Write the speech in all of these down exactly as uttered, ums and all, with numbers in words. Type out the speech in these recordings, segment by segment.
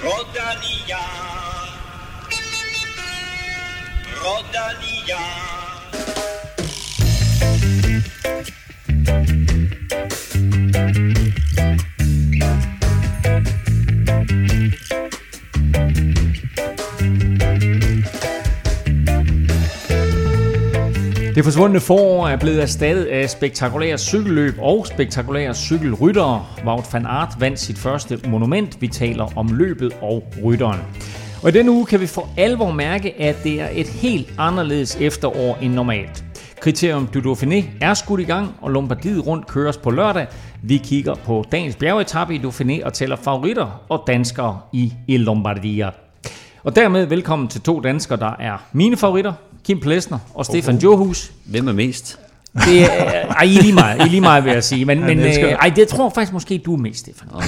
Rodalia, Rodalia. Det forsvundne forår er blevet erstattet af spektakulære cykelløb og spektakulære cykelryttere. Wout van Aert vandt sit første monument. Vi taler om løbet og rytteren. Og i denne uge kan vi for alvor mærke, at det er et helt anderledes efterår end normalt. Criterium du Dauphiné er skudt i gang, og Lombardiet rundt køres på lørdag. Vi kigger på dagens bjergetappe i Dauphiné og tæller favoritter og danskere i El Lombardia. Og dermed velkommen til to danskere, der er mine favoritter. Kim Plesner og oh, Stefan Johus. Hvem er mest? Det er, ej, I lige meget, I lige meget vil jeg sige. Men, men øh, ej, det tror jeg faktisk måske, du er mest, Stefan. Oh.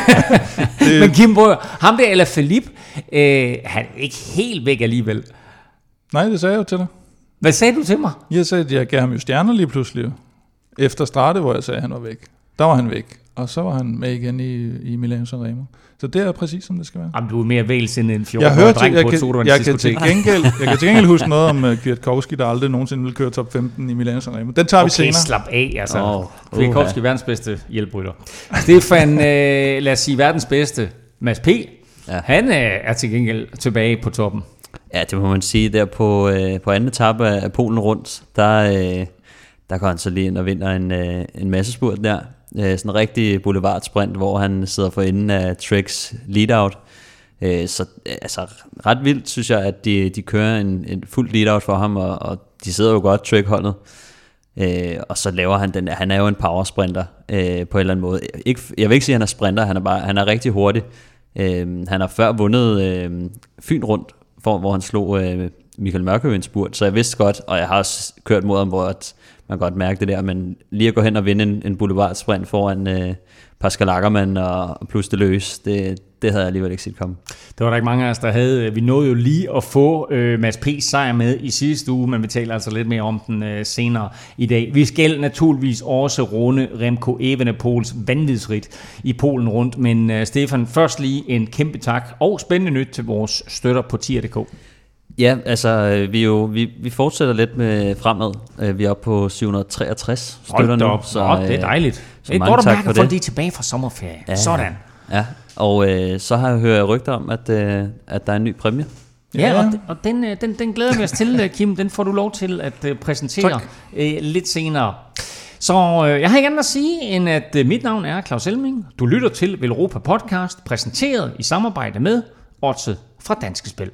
Men Kim, bror, ham der eller Philippe, øh, han er ikke helt væk alligevel. Nej, det sagde jeg jo til dig. Hvad sagde du til mig? Jeg sagde, at jeg gav ham jo stjerner lige pludselig. Efter Strade, hvor jeg sagde, at han var væk. Der var han væk. Og så var han med igen i, i Milano Sanremo. Så det er præcis, som det skal være. Jamen, du er mere vælsindet end fjorten-årig dreng jeg på et sodavandsdiskotek. Jeg, jeg kan til gengæld huske noget om uh, Kwiatkowski, der aldrig nogensinde ville køre top femten i Milano Sanremo. Den tager okay, vi senere. Okay, slap af, altså. Oh, Kwiatkowski, uh, verdens bedste hjælprytter. Stefan, øh, lad os sige verdens bedste. Mads P. Ja. Han øh, er til gengæld tilbage på toppen. Ja, det må man sige. Der på, øh, på anden etape af Polen rundt, der, øh, der går han så lige ind og vinder en, øh, en masse spurt der. Sådan en rigtig boulevardsprint, hvor han sidder for enden af Treks lead-out. Så altså, ret vildt, synes jeg, at de, de kører en, en fuld lead-out for ham, og, og de sidder jo godt, Trek-holdet. Og så laver han den, han er jo en powersprinter på en eller anden måde. Ikke, jeg vil ikke sige, at han er sprinter, han er, bare, han er rigtig hurtig. Han har før vundet Fyn rundt, for, hvor han slog Michael Mørkøv i en spurt, så jeg vidste godt, og jeg har også kørt mod ham, hvor at man kan godt mærke det der, men lige at gå hen og vinde en, en boulevardsprint foran øh, Pascal Ackermann og plus det løs, det, det havde jeg alligevel ikke set komme. Det var der ikke mange af os, der havde. Vi nåede jo lige at få øh, Mads P's sejr med i sidste uge, men vi taler altså lidt mere om den øh, senere i dag. Vi skal naturligvis også runde Remco Evenepoels vanvidsridt i Polen rundt, men øh, Stefan, først lige en kæmpe tak og spændende nyt til vores støtter på tier punktum d k. Ja, altså vi jo vi, vi fortsætter lidt med fremad. Vi er oppe på syv hundrede og treogtres støtter nu. Så oh, det er dejligt. Det er godt at mærke, at folk er tilbage fra sommerferie. Ja, sådan. Ja, og øh, så har jeg hørt rygter om, at, øh, at der er en ny præmie. Ja, ja. og, og den, den, den glæder vi os til, Kim. Den får du lov til at uh, præsentere uh, lidt senere. Så uh, jeg har ikke andet at sige, end at uh, mit navn er Claus Elming. Du lytter til Velropa Podcast, præsenteret i samarbejde med Odset fra Danske Spil.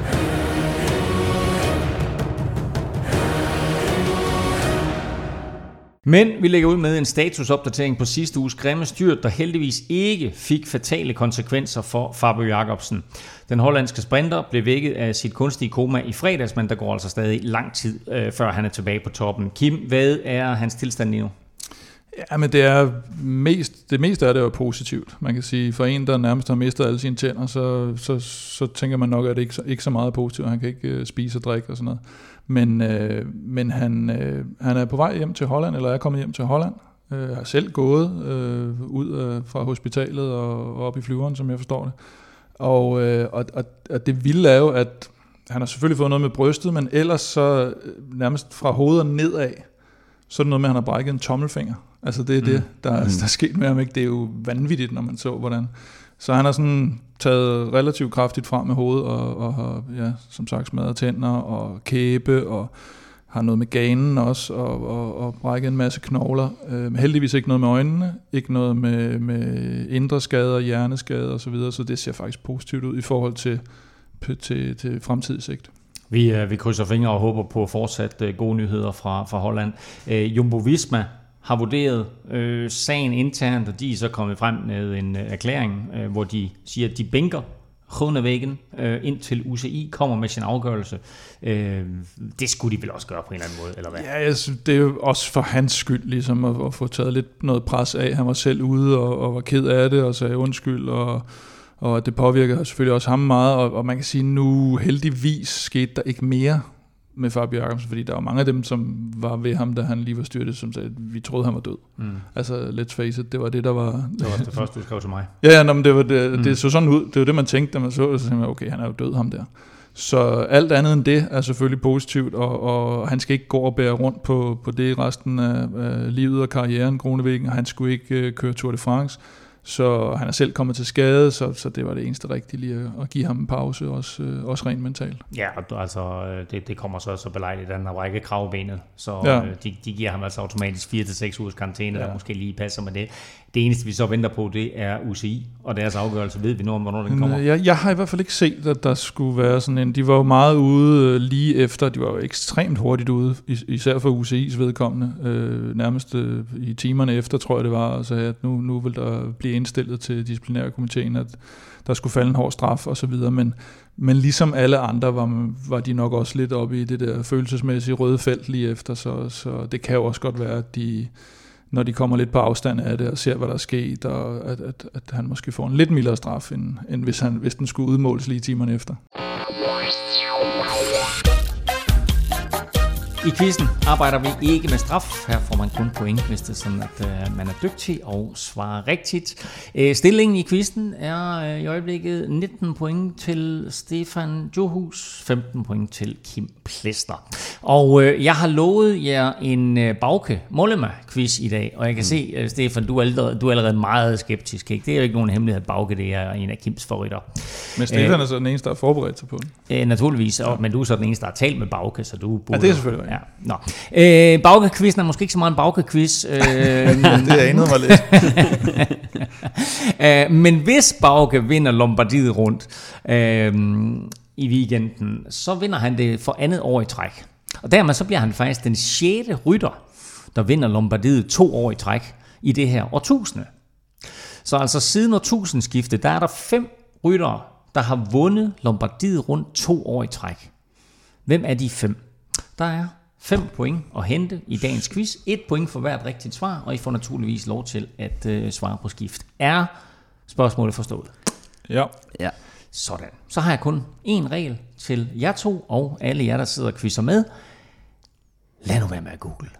Men vi lægger ud med en statusopdatering på sidste uges grimme styrt, der heldigvis ikke fik fatale konsekvenser for Fabio Jakobsen. Den hollandske sprinter blev vækket af sit kunstige koma i fredags, men der går altså stadig lang tid, øh, før han er tilbage på toppen. Kim, hvad er hans tilstand lige nu? Ja, men det er mest, det meste af det er jo positivt. Man kan sige, for en, der nærmest har mistet alle sine tænder, så, så, så tænker man nok, at det ikke, ikke så meget positivt. Han kan ikke øh, spise og drikke og sådan noget. Men, øh, men han, øh, han er på vej hjem til Holland, eller er kommet hjem til Holland. Øh, har selv gået øh, ud øh, fra hospitalet og, og op i flyveren, som jeg forstår det. Og, øh, og, og, og det vilde er jo, at han har selvfølgelig fået noget med brystet, men ellers så nærmest fra hovedet og nedad, så er det noget med, at han har brækket en tommelfinger. Altså det er mm. det, der, der er sket med ham. Ikke? Det er jo vanvittigt, når man så, hvordan. Så han har sådan taget relativt kraftigt frem med hovedet, og, og har, ja, som sagt, smadret tænder og kæbe, og har noget med ganen også, og, og, og brækket en masse knogler. Øh, heldigvis ikke noget med øjnene, ikke noget med, med indre skader, hjerneskader osv., så, videre, så det ser faktisk positivt ud i forhold til, til, til fremtidig sigt. Vi, øh, vi krydser fingre og håber på fortsat øh, gode nyheder fra, fra Holland. Øh, Jumbo Visma har vurderet øh, sagen internt, og de er så kommet frem med en øh, erklæring, øh, hvor de siger, at de bænker Groenewegen øh, indtil U C I kommer med sin afgørelse. Øh, det skulle de vel også gøre på en eller anden måde, eller hvad? Ja, jeg synes, det er jo også for hans skyld, ligesom at, at få taget lidt noget pres af. Han var selv ude og, og var ked af det, og sagde undskyld, og, og det påvirker selvfølgelig også ham meget, og, og man kan sige, nu heldigvis skete der ikke mere med Fabio Jakobsen, fordi der var mange af dem, som var ved ham, da han lige var styrtet, som sagde, at vi troede, han var død. Mm. Altså, let's face it, det var det, der var... Det var det første, du skrev til mig. Ja, ja, nå, men det, var det, mm. det så sådan ud. Det var det, man tænkte, da man så det, så tænkte man, okay, han er jo død, ham der. Så alt andet end det er selvfølgelig positivt, og, og han skal ikke gå og bære rundt på, på det resten af, af livet og karrieren, Groenewegen, og han skulle ikke uh, køre Tour de France. Så han er selv kommet til skade, så, så det var det eneste rigtige lige at, at give ham en pause, også, øh, også rent mentalt. Ja, altså det, det kommer så så belejligt, at han har brækket kravbenet, så ja. øh, de, de giver ham altså automatisk fire til seks ugers karantæne, ja. Der måske lige passer med det. Det eneste, vi så venter på, det er U C I, og deres afgørelse ved vi nu om, hvornår den kommer. Jeg, jeg har i hvert fald ikke set, at der skulle være sådan en... De var jo meget ude lige efter, de var jo ekstremt hurtigt ude, især for U C I's vedkommende. Øh, nærmest øh, i timerne efter, tror jeg det var, og sagde, at nu, nu vil der blive indstillet til disciplinærkomiteen, at der skulle falde en hård straf og så videre, men, men ligesom alle andre var, var de nok også lidt oppe i det der følelsesmæssige røde felt lige efter, så, så det kan jo også godt være, at de... når de kommer lidt på afstand af det og ser, hvad der er sket, og at, at, at han måske får en lidt mildere straf, end, end hvis, han, hvis den skulle udmåles lige timerne efter. I quizzen arbejder vi ikke med straf. Her får man kun point, hvis det er sådan, at øh, man er dygtig og svarer rigtigt. Øh, stillingen i quizzen er øh, i øjeblikket nitten point til Stefan Johus, femten point til Kim Plester. Og øh, jeg har lovet jer en øh, Bauke Mollema-quiz i dag, og jeg kan mm. se, øh, Stefan, du er, allerede, du er allerede meget skeptisk. Ikke? Det er jo ikke nogen hemmelighed, at Bauke det er en af Kims favoritter. Men Stefan øh, er så den eneste, der er forberedt sig på den. Øh, naturligvis, og, ja. Men du er så den eneste, der har talt med Bauke, så du burde... Ja, det er selvfølgelig. Ja. Nå. Øh, Bauke-quizzen er måske ikke så meget en Bauke-quiz. Øh, det anede mig lidt. øh, men hvis Bauke vinder Lombardiet rundt øh, i weekenden, så vinder han det for andet år i træk. Og dermed så bliver han faktisk den sjette rytter, der vinder Lombardiet to år i træk i det her årtusinde. Så altså siden årtusindskiftet, der er der fem ryttere, der har vundet Lombardiet rundt to år i træk. Hvem er de fem? Der er fem point at hente i dagens quiz. Et point for hvert rigtigt svar, og I får naturligvis lov til at øh, svare på skift. Er spørgsmålet forstået? Ja. Ja. Sådan. Så har jeg kun én regel til jer to, og alle jer, der sidder og quizzer med. Lad nu være med at google.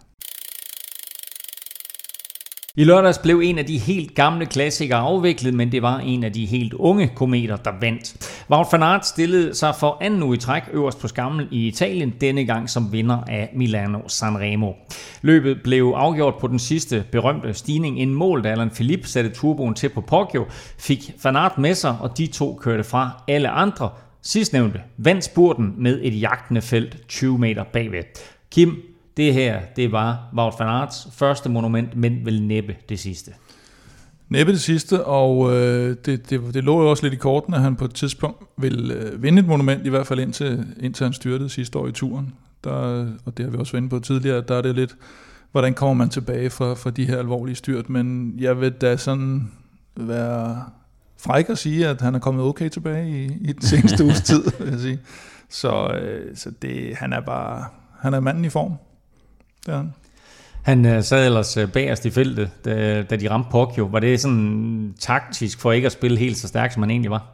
I lørdags blev en af de helt gamle klassikere afviklet, men det var en af de helt unge kometer, der vandt. Wout van Aert stillede sig for anden uge i træk øverst på skamlen i Italien, denne gang som vinder af Milano Sanremo. Løbet blev afgjort på den sidste berømte stigning inden mål, da Alain Philippe satte turboen til på Poggio, fik van Aert med sig, og de to kørte fra alle andre. Sidstnævnte vandt spurten med et jagtende felt tyve meter bagved. Kim, det her, det var Wout van Aerts første monument, men vel næppe det sidste. Næppe det sidste, og øh, det, det, det lå jo også lidt i korten, at han på et tidspunkt ville øh, vinde et monument, i hvert fald indtil, indtil han styrtede sidste år i turen. Der, og det har vi også været inde på tidligere, der er det lidt, hvordan kommer man tilbage fra, fra de her alvorlige styrt, men jeg vil da sådan være fræk at sige, at han er kommet okay tilbage i, i den seneste uges tid, vil jeg sige. Så, øh, så det, han er bare, han er manden i form. Det er han. Han øh, sad ellers øh, bagerst i feltet, da, da de ramte Poggio. Var det sådan taktisk for ikke at spille helt så stærkt, som han egentlig var?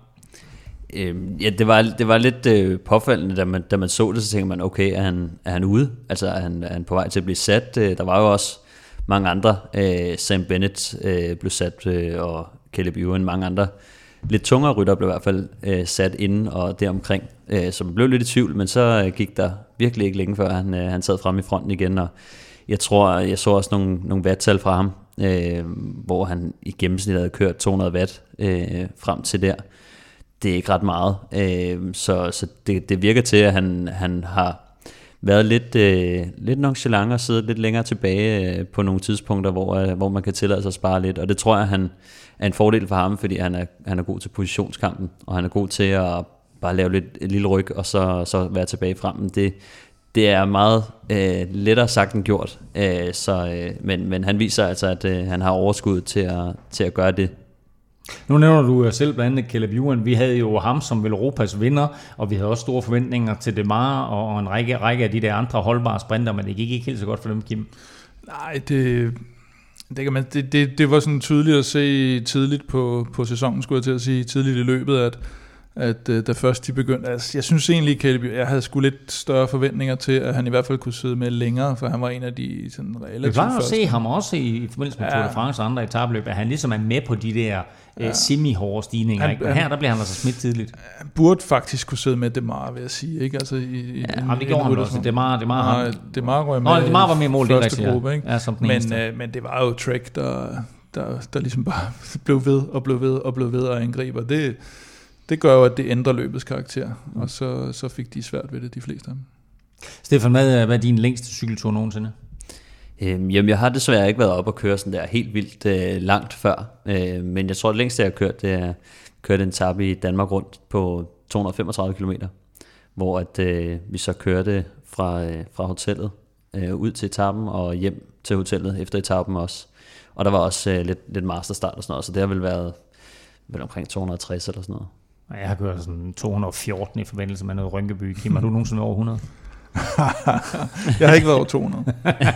Øhm, ja, det var, det var lidt øh, påfaldende, da man, da man så det, så tænkte man, okay, er han, er han ude? Altså, er han, er han på vej til at blive sat? Øh, der var jo også mange andre. Øh, Sam Bennett øh, blev sat, øh, og Caleb Ewan, mange andre. Lidt tungere rytter blev i hvert fald øh, sat inde og deromkring, øh, som blev lidt i tvivl, men så øh, gik der virkelig ikke længe før, han, øh, han sad frem i fronten igen, og jeg tror, jeg så også nogle, nogle watttal fra ham, øh, hvor han i gennemsnit havde kørt to hundrede watt øh, frem til der. Det er ikke ret meget, øh, så, så det, det virker til, at han, han har været lidt, øh, lidt nonchalant og siddet lidt længere tilbage øh, på nogle tidspunkter, hvor, øh, hvor man kan tillade sig at spare lidt, og det tror jeg, han er en fordel for ham, fordi han er, han er god til positionskampen, og han er god til at bare lave lidt et lille ryg, og så, så være tilbage frem. Det, det er meget øh, lettere sagt end gjort, øh, så, øh, men, men han viser altså, at øh, han har overskud til at, til at gøre det. Nu nævner du selv blandt andet Caleb Ewan. Vi havde jo ham som vel Europas vinder, og vi havde også store forventninger til Demar og en række, række af de der andre holdbare sprinter, men det gik ikke helt så godt for dem, Kim. Nej, det... Det, kan man, det, det, det var sådan tydeligt at se tidligt på, på sæsonen, skulle jeg til at sige, tidligt i løbet, at, at øh, da først de begyndte, altså jeg synes egentlig, Caleb, jeg havde sgu lidt større forventninger til, at han i hvert fald kunne sidde med længere, for han var en af de sådan relativt første. Vi kan jo se ham også i, i forbindelse med ja. Tour de France og andre etabløb, at han ligesom er med på de der ja. semi-hårde stigninger. Han, ikke? Men her der bliver han altså smidt tidligt. Han burde faktisk kunne sidde med Demar, vil jeg sige. Ikke? Altså, i, ja, en, det gjorde han også. Demar, Demar, Nej, Demar røg med. Nå, Demar var med i mål, det første gruppe. Ikke? Ja, som men, øh, men det var jo Trek, der, der, der ligesom bare blev ved og blev ved og blev ved og angriber. Det Det gør jo, at det ændrer løbets karakter, mm. og så, så fik de svært ved det, de fleste af dem. Stefan, hvad er din længste cykeltur nogensinde? Øhm, jamen, jeg har desværre ikke været op og køre sådan der helt vildt øh, langt før, øh, men jeg tror, det længste, jeg har kørt, det er kørt en etape i Danmark rundt på to hundrede og femogtredive kilometer, hvor at, øh, vi så kørte fra, øh, fra hotellet øh, ud til etappen og hjem til hotellet efter etappen også. Og der var også øh, lidt, lidt masterstart og sådan noget, så det har vel været vel omkring to hundrede og tres eller sådan noget. Jeg har kørt sådan to hundrede og fjorten i forbindelse med noget Rynkeby. Kim, har du nogensinde over hundrede? Jeg har ikke været over to hundrede.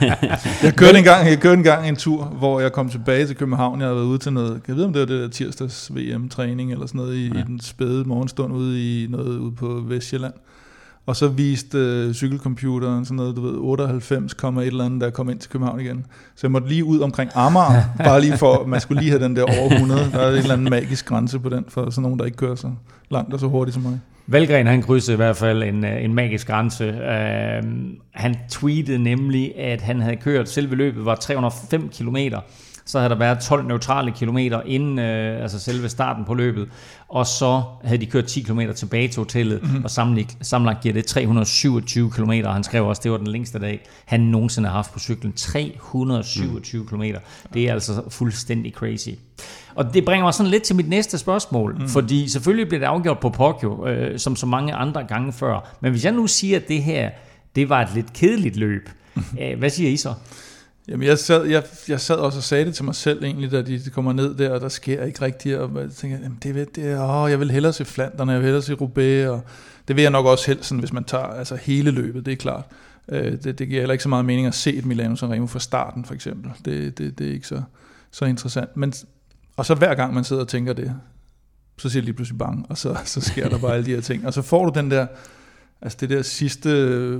Jeg kørte en gang, jeg kørte en gang en tur, hvor jeg kom tilbage til København. Jeg havde været ude til noget, jeg ved om det var det der tirsdags V M-træning eller sådan noget i, ja. i den spæde morgenstund ude i noget ude på Vestjylland. Og så viste øh, cykelcomputeren sådan noget, du ved, otteoghalvfems komma et eller andet, der kom ind til København igen. Så jeg måtte lige ud omkring Amager, bare lige for, man skulle lige have den der over hundrede. Der er en eller anden magisk grænse på den, for sådan nogen, der ikke kører så langt og så hurtigt som mig. Valgren, han krydsede i hvert fald en, en magisk grænse. Uh, han tweetede nemlig, at han havde kørt, selve løbet var tre hundrede og fem kilometer. Så havde der været tolv neutrale kilometer inden øh, altså selve starten på løbet, og så havde de kørt ti kilometer tilbage til hotellet, mm-hmm. og sammenlagt giver det tre hundrede og syvogtyve kilometer, og han skrev også, det var den længste dag, han nogensinde har haft på cyklen. tre hundrede og syvogtyve mm. kilometer. Det er altså fuldstændig crazy. Og det bringer mig sådan lidt til mit næste spørgsmål, mm. fordi selvfølgelig blev det afgjort på Poggio, øh, som så mange andre gange før, men hvis jeg nu siger, at det her, det var et lidt kedeligt løb, øh, hvad siger I så? Jamen jeg sad, jeg, jeg sad også og sagde det til mig selv egentlig, da de, de kommer ned der, og der sker ikke rigtigt, og jeg tænker, jamen det, det er, åh, jeg vil hellere se Flanderne, jeg vil hellere se Roubaix, og det vil jeg nok også helst, hvis man tager altså hele løbet, det er klart. Øh, det, det giver heller ikke så meget mening at se et Milano-San Remo fra starten, for eksempel. Det, det, det er ikke så, så interessant. Men, og så hver gang man sidder og tænker det, så siger det lige pludselig bang, og så, så sker der bare alle de her ting. Og så får du den der, altså det der sidste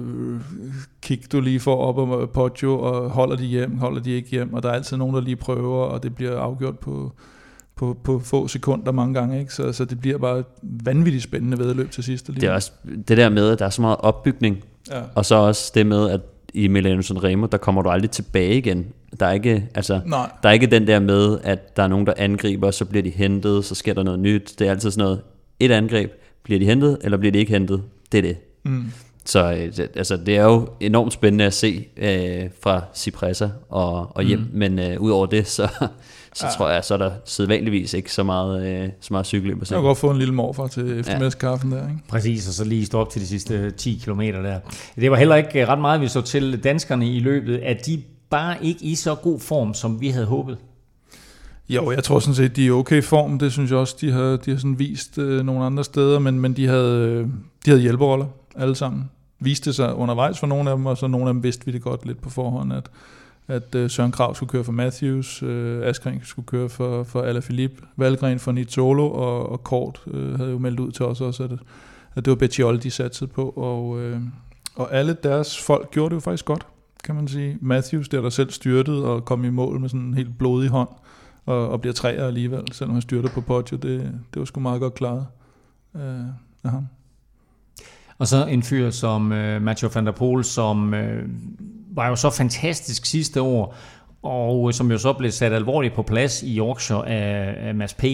kick, du lige får op om Poggio, og holder de hjem, holder de ikke hjem, og der er altid nogen, der lige prøver, og det bliver afgjort på, på, på få sekunder mange gange, ikke? Så, så det bliver bare vanvittigt spændende væddeløb til sidst. Det er også det der med, at der er så meget opbygning, ja. Og så også det med, at i Milano-San Remo, der kommer du aldrig tilbage igen. Der er ikke, altså, der er ikke den der med, at der er nogen, der angriber, så bliver de hentet, så sker der noget nyt. Det er altid sådan noget, et angreb, bliver de hentet, eller bliver de ikke hentet? Det er det. Mm. Så det, altså, det er jo enormt spændende at se øh, fra Cipressa og, og hjem, mm. men øh, ud over det, så, så ja. tror jeg, så er der sædvanligvis ikke så meget, øh, så meget cykelløb at se. Jeg kan godt få en lille morfar til eftermiddagskaffen ja. der, ikke? Præcis, og så lige stå op til de sidste ti kilometer der. Det var heller ikke ret meget, vi så til danskerne i løbet, at de bare ikke i så god form, som vi havde håbet. Jo, jeg tror sådan set, de er okay form. Det synes jeg også, de har, de har sådan vist øh, nogle andre steder, men, men de havde, øh, de havde hjælperoller alle sammen. Viste sig undervejs for nogle af dem, og så nogle af dem vidste vi det godt lidt på forhånd, at, at øh, Søren Kragh skulle køre for Matthews, øh, Askren skulle køre for, for Alaphilippe, Valgren for Nizzolo, og, og Kort øh, havde jo meldt ud til os også, at, at det var Bettiol, de satsede på, og, øh, og alle deres folk gjorde det jo faktisk godt, kan man sige. Matthews, der der selv styrtede og kom i mål med sådan en helt blodig hånd, og, og bliver træer alligevel, selvom han styrter på Poggio. Det, det var sgu meget godt klaret øh, af ham. Og så en fyr som øh, Mathieu van der Poel, som øh, var jo så fantastisk sidste år, og som jo så blev sat alvorligt på plads i Yorkshire af, af Mads P.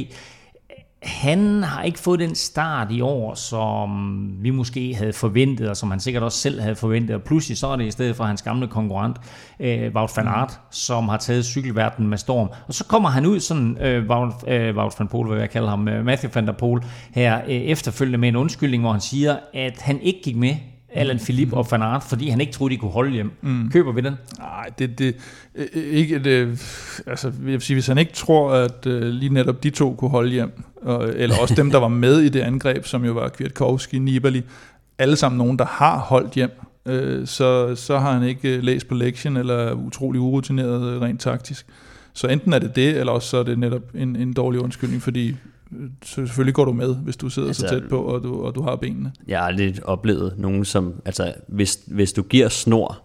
Han har ikke fået den start i år, som vi måske havde forventet, og som han sikkert også selv havde forventet. Og pludselig så er det i stedet for hans gamle konkurrent, øh, Wout van Aert, som har taget cykelverdenen med storm. Og så kommer han ud sådan, øh, Wout, øh, Wout van Poel, hvad jeg kalder ham, øh, Mathieu van der Poel, her øh, efterfølgende med en undskyldning, hvor han siger, at han ikke gik med Alaphilippe og Van Aert, fordi han ikke troede, de kunne holde hjem. Mm. Køber vi den? Nej, det, det ikke det, altså jeg vil sige, hvis han ikke tror, at uh, lige netop de to kunne holde hjem, og, eller også dem, der var med i det angreb, som jo var Kwiatkowski, Nibali, alle sammen nogen, der har holdt hjem, øh, så, så har han ikke læst på lektien, eller er utrolig urutineret rent taktisk. Så enten er det det, eller også så er det netop en, en dårlig undskyldning, fordi selvfølgelig går du med, hvis du sidder altså, så tæt på, og du, og du har benene. Jeg har aldrig oplevet nogen som, altså hvis, hvis du giver snor,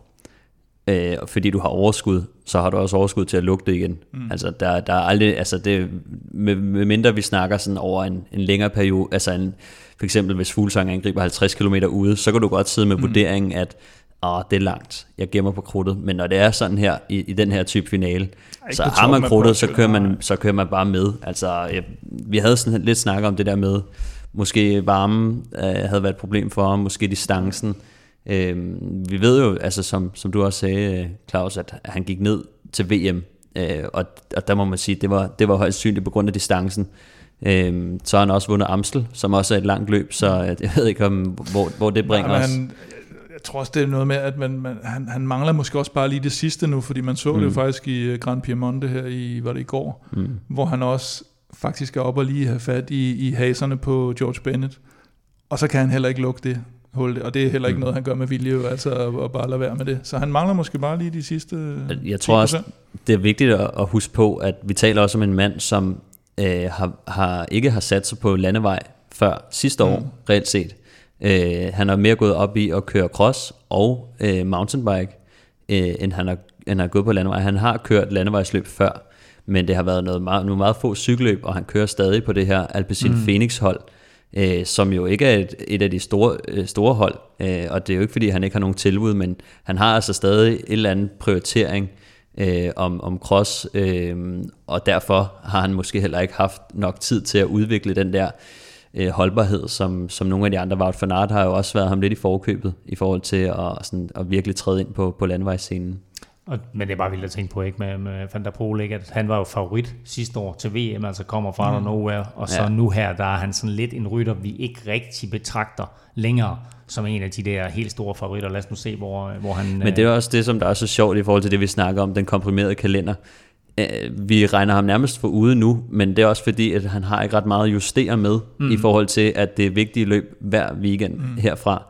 øh, fordi du har overskud, så har du også overskud til at lukke det igen. Mm. Altså der, der er aldrig, altså det, med, med mindre vi snakker sådan over en, en længere periode, altså en, for eksempel hvis Fuglsang angriber halvtreds kilometer ude, så kan du godt sidde med mm. vurderingen, at åh, det er langt, jeg gemmer på krudtet, men når det er sådan her, i, i den her type finale, så har man krudtet, så kører man, så kører man bare med. Altså, jeg, vi havde sådan lidt snakket om det der med, måske varmen øh, havde været et problem for ham, måske distancen. Øh, vi ved jo, altså som, som du også sagde, Claus, at han gik ned til V M, øh, og, og der må man sige, det var, det var højst synligt på grund af distancen. Øh, så har han også vundet Amstel, som også er et langt løb, så jeg ved ikke, om, hvor, hvor det bringer Nej, os. Han, Jeg tror også, det er noget med, at man, man, han, han mangler måske også bare lige det sidste nu, fordi man så mm. det jo faktisk i Grand Piemonte her i, var det i går, mm. hvor han også faktisk er oppe og lige have fat i, i haserne på George Bennett, og så kan han heller ikke lukke det hul, og det er heller ikke mm. noget, han gør med vilje, altså at bare lade være med det. Så han mangler måske bare lige de sidste Jeg tror også, det er vigtigt at, at huske på, at vi taler også om en mand, som øh, har, har, ikke har sat sig på landevej før sidste år, mm. reelt set. Uh, han er mere gået op i at køre cross og uh, mountainbike, uh, end han har, end han har gået på landevej. Han har kørt landevejsløb før, men det har været noget meget, nogle meget få cykelløb, og han kører stadig på det her Alpecin mm. Phoenix hold, uh, som jo ikke er et, et af de store, uh, store hold, uh, og det er jo ikke fordi han ikke har nogen tilbud, men han har altså stadig en eller anden prioritering uh, om, om cross, uh, og derfor har han måske heller ikke haft nok tid til at udvikle den der holdbarhed, som, som nogle af de andre. Wout van Aert har jo også været ham lidt i forkøbet i forhold til at, sådan, at virkelig træde ind på, på landevejsscenen. Og, men det er bare vildt at tænke på, ikke, med, med Van der Poel, ikke, at han var jo favorit sidste år til V M, altså kommer fra mm. der nowhere, og så ja. nu her, der er han sådan lidt en rytter, vi ikke rigtig betragter længere som en af de der helt store favoritter. Lad os nu se, hvor, hvor han... Men det er også det, som der er så sjovt i forhold til det, vi snakker om, den komprimerede kalender. Vi regner ham nærmest for ude nu, men det er også fordi, at han har ikke ret meget at justere med, mm. i forhold til, at det er vigtige løb hver weekend mm. herfra.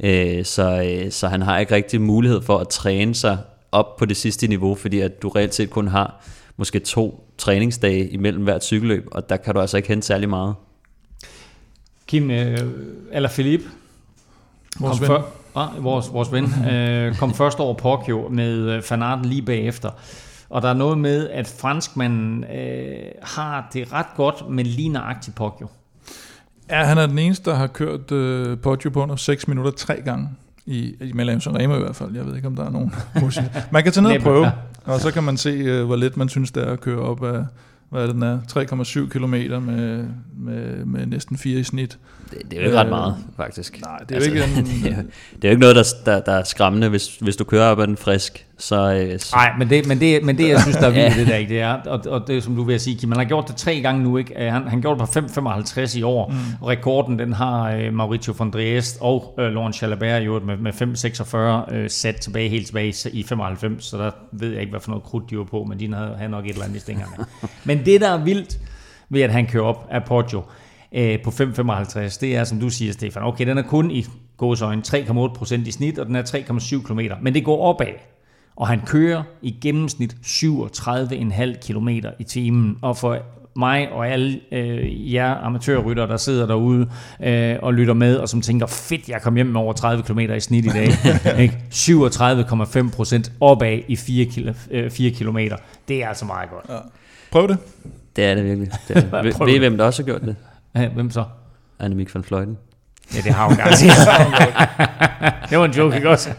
Så, så han har ikke rigtig mulighed for at træne sig op på det sidste niveau, fordi at du reelt set kun har måske to træningsdage imellem hvert cykelløb, og der kan du altså ikke hente særlig meget. Kim, øh, eller Philippe, vores ven, for, ah, vores, vores ven øh, kom først over Poggio med Van Aert lige bagefter. Og der er noget med, at franskmanden øh, har det ret godt, men lige nøjagtigt Poggio. Ja, han er den eneste, der har kørt øh, Poggio på under seks minutter tre gange. I, i Milan Sanremo i hvert fald. Jeg ved ikke, om der er nogen. Man kan tage ned og prøve, og så kan man se, øh, hvor let man synes, det er at køre op af, hvad er det, den er, tre komma syv kilometer med, med, med næsten fire i snit. Det, det er jo ikke ret meget, faktisk. Nej, det er altså, jo ikke en... det, er, det er jo ikke noget, der, der, der er skræmmende, hvis, hvis du kører op ad den frisk. Så, så... Nej, men det, men, det, men det, jeg synes, der er vildt, det der, ikke, det er, og, og det som du vil sige, Kim, han har gjort det tre gange nu, ikke? Han, han gjorde det på fem komma femoghalvtreds i år, mm. og rekorden, den har uh, Mauricio van Driest og uh, Laurent Jalabert gjort med, med fem komma seksogfyrre uh, sat tilbage, helt tilbage i femoghalvfems, så der ved jeg ikke, hvad for noget krudt de var på, men de havde, havde nok et eller andet i stængerne. Men det, der er vildt ved, at han kører op af Poggio øh, på fem komma femoghalvtreds, det er, som du siger, Stefan, okay, den er kun i gåseøjne tre komma otte procent i snit, og den er tre komma syv kilometer, men det går opad. Og han kører i gennemsnit syvogtredive komma fem kilometer i timen, og for mig og alle øh, jer amatørryttere, der sidder derude øh, og lytter med, og som tænker, fedt, jeg kom hjem med over tredive kilometer i snit i dag. syvogtredive komma fem procent opad i fire kilometer. Det er altså meget godt. Ja. Prøv det. Det er det virkelig. Det er det. Ved I, hvem der også har gjort det? Ja, hvem så? Annemiek van Vleuten. Ja, det har hun garanteret. Det var en joke, ikke også?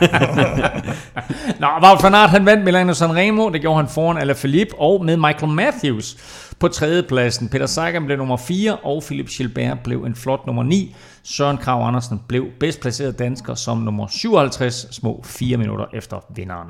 Nå, Wout van Aert, han vandt Milano Sanremo. Det gjorde han foran Alaphilippe og med Michael Matthews på tredjepladsen. Peter Sagan blev nummer fire, og Philippe Gilbert blev en flot nummer ni. Søren Kragh Andersen blev bedst placeret dansker som nummer syvoghalvtreds, små fire minutter efter vinderen.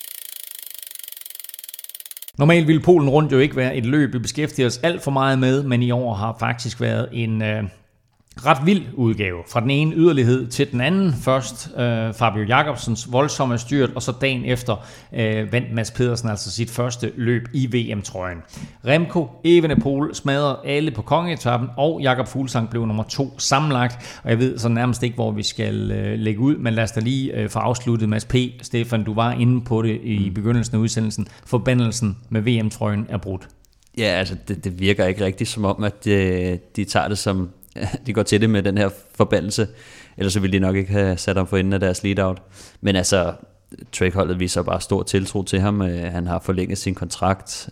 Normalt ville Polen rundt jo ikke være et løb, vi beskæftiger os alt for meget med, men i år har faktisk været en øh, ret vild udgave. Fra den ene yderlighed til den anden. Først øh, Fabio Jakobsens voldsomme styrt, og så dagen efter øh, vandt Mads Pedersen altså sit første løb i V M-trøjen. Remco Evenepoel smadrede alle på kongeetappen, og Jakob Fuglsang blev nummer to sammenlagt. Og jeg ved så nærmest ikke, hvor vi skal øh, lægge ud, men lad os da lige øh, få afsluttet. Mads P. Stefan, du var inde på det i begyndelsen af udsendelsen. Forbandelsen med V M-trøjen er brudt. Ja, altså det, det virker ikke rigtigt som om, at de, de tager det som, de går til det med den her forbandelse, ellers så ville de nok ikke have sat ham for enden af deres lead-out. Men altså, Trek-holdet viser bare stor tiltro til ham, han har forlænget sin kontrakt,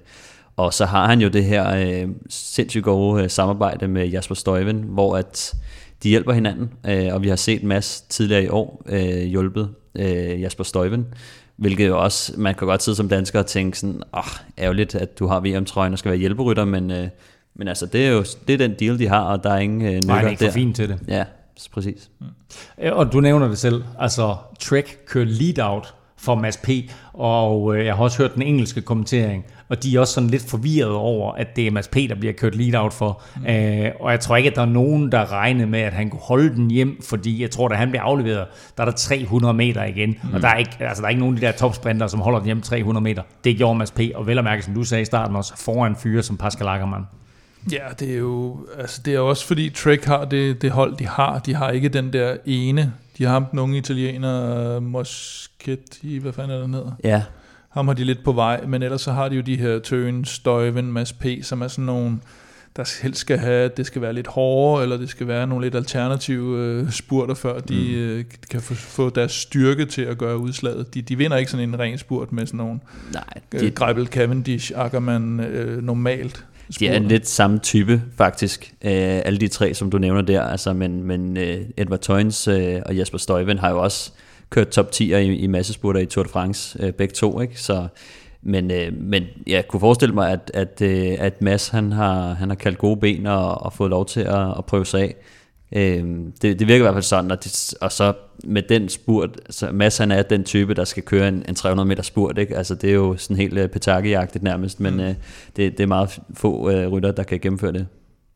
og så har han jo det her sindssygt gode samarbejde med Jasper Stuyven, hvor at de hjælper hinanden, og vi har set Mads tidligere i år hjulpet Jasper Stuyven, hvilket jo også, man kan godt sidde som dansker og tænke sådan, åh, ærgerligt, at du har V M-trøjen og skal være hjælperytter, men, øh, men altså, det er jo det er den deal, de har, og der er ingen øh, nykker der. Nej, det er ikke for fint til det. Ja, præcis. Mm. Og du nævner det selv, altså Trek kører lead-out for Mads P., og øh, jeg har også hørt den engelske kommentering, og de er også sådan lidt forvirret over, at det er Mads P., der bliver kørt lead-out for. Mm. Øh, og jeg tror ikke, at der er nogen, der regner med, at han kunne holde den hjem, fordi jeg tror, at han bliver afleveret, der er der tre hundrede meter igen, mm. og der er, ikke, altså, der er ikke nogen af de der topsprinter, som holder den hjem tre hundrede meter. Det gjorde Mads P., og vel at mærke, som du sagde i starten også, foran fyre som Pascal Ackermann. Ja, det er jo altså det er også fordi Trek har det, det hold, de har. De har ikke den der ene. De har den unge italiener, Moschetti, hvad fanden er det hedder? Ja. Ham har de lidt på vej, men ellers så har de jo de her Tøen, Stuyven, Mads P., som er sådan nogle, der helst skal have, det skal være lidt hårdere, eller det skal være nogle lidt alternative øh, spurter, før de mm. øh, kan få, få deres styrke til at gøre udslaget. De, de vinder ikke sådan en ren spurt med sådan nogle Nej, de... øh, Greipel, Cavendish, Ackermann øh, normalt. De er en lidt samme type, faktisk. Øh, alle de tre, som du nævner der. Altså, men men øh, Edvard Teuns øh, og Jasper Stuyven har jo også kørt top tier i, i massespurter i Tour de France, øh, begge to. Ikke? Så, men, øh, men jeg kunne forestille mig, at, at, øh, at Mads han har, han har kaldt gode ben og, og fået lov til at, at prøve sig af. Øh, det, det virker i hvert fald sådan, og, det, og så med den spurt, så Mads han er den type, der skal køre en, en tre hundrede meter spurt, ikke? Altså det er jo sådan helt uh, petarkejagtigt nærmest, men mm. uh, det, det er meget få uh, rytter, der kan gennemføre det.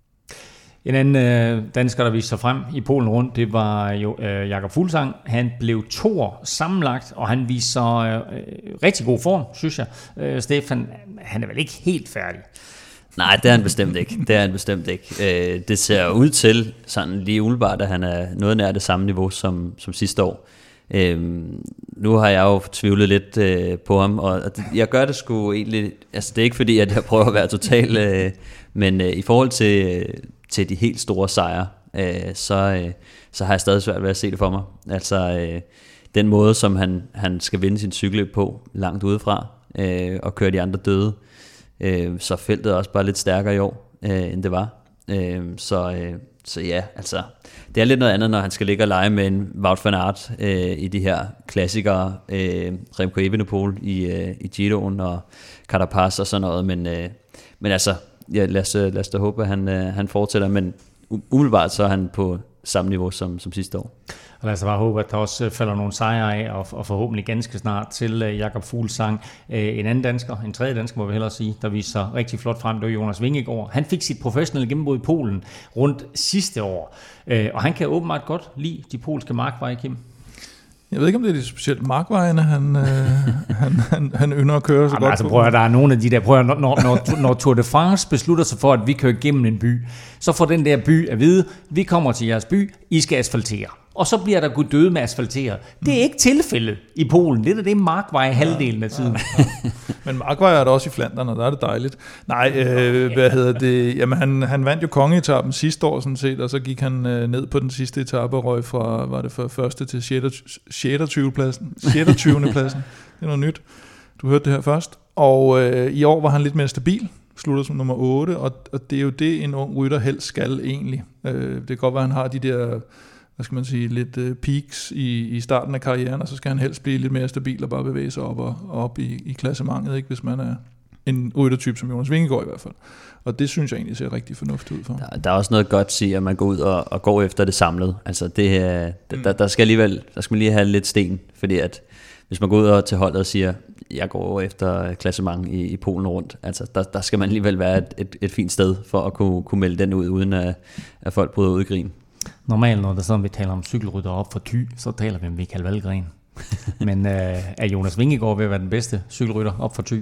En anden øh, dansker, der viste sig frem i Polen rundt, det var jo øh, Jakob Fuglsang. Han blev toer sammenlagt, og han viser øh, rigtig god form, synes jeg. Øh, Stefan, han er vel ikke helt færdig? Nej, det er han bestemt ikke. Det er han bestemt ikke. Øh, det ser ud til, sådan lige umiddelbart, at han er noget nær det samme niveau som, som sidste år. Øh, nu har jeg jo tvivlet lidt øh, på ham, og jeg gør det sgu egentlig, altså det er ikke fordi, at jeg prøver at være total, øh, men øh, i forhold til, øh, til de helt store sejre, øh, så, øh, så har jeg stadig svært ved at se det for mig. Altså øh, den måde, som han, han skal vinde sin cykelløb på, langt udefra, øh, og køre de andre døde, øh, så feltet er også bare lidt stærkere i år, øh, end det var. Øh, så, øh, så ja, altså det er lidt noget andet, når han skal ligge og lege med en Wout van Aert øh, i de her klassikere, øh, Remco Evenepoel i, øh, i Giroen og Carapaz og sådan noget, men, øh, men altså, ja, lad, os, lad os da håbe, at han, øh, han fortsætter, men umiddelbart så er han på samme niveau som, som sidste år. Og lad os bare håbe, at der også falder nogle sejre af, og, og forhåbentlig ganske snart til uh, Jakob Fuglsang. Uh, en anden dansker, en tredje dansker må vi hellere sige, der viser sig rigtig flot frem, det var Jonas Vingegaard. Han fik sit professionelle gennembrud i Polen rundt sidste år, uh, og han kan åbenbart godt lide de polske markveje, Kim. Jeg ved ikke, om det er de specielt markvejene, han, øh, han, han, han ynder at køre så Jamen, godt altså, på. prøv at der er nogle af de der, prøv at, når, når, når, når Tour de France beslutter sig for, at vi kører gennem en by, så får den der by at vide, vi kommer til jeres by, I skal asfaltere. Og så bliver der gud døde med asfaltere. Det er ikke tilfældet i Polen. Det er det er markveje halvdelen af tiden. Ja, ja. Men markveje er der også i Flandern, og der er det dejligt. Nej, øh, hvad hedder det? Jamen, han, han vandt jo kongeetappen sidste år, sådan set, og så gik han øh, ned på den sidste etape og røg fra, var det fra første til seksogtyvende pladsen. seksogtyvende pladsen. Det er noget nyt. Du hørte det her først. Og øh, i år var han lidt mere stabil. Slutter som nummer otte, og, og det er jo det, en ung rytter helst skal egentlig. Øh, det kan godt være, at han har de der, hvad skal man sige, lidt uh, peaks i, i starten af karrieren, og så skal han helst blive lidt mere stabil og bare bevæge sig op, og, op i, i klassementet, ikke? Hvis man er en ryttertype som Jonas Vingegaard i hvert fald. Og det synes jeg egentlig ser rigtig fornuftigt ud for. Der, der er også noget godt at sige, at man går ud og, og går efter det samlet. Altså det her, mm. der, der skal alligevel, der skal man lige have lidt sten, fordi at hvis man går ud og til holdet og siger, jeg går over efter klassement i, i Polen rundt, altså der, der skal man alligevel være et, et, et fint sted for at kunne, kunne melde den ud, uden at, at folk bryder ud i grin. Normalt, når det er sådan, vi taler om cykelrytter op for Thy, så taler vi om Michael Valgren. Men øh, er Jonas Vingegaard ved at være den bedste cykelrytter op for Thy?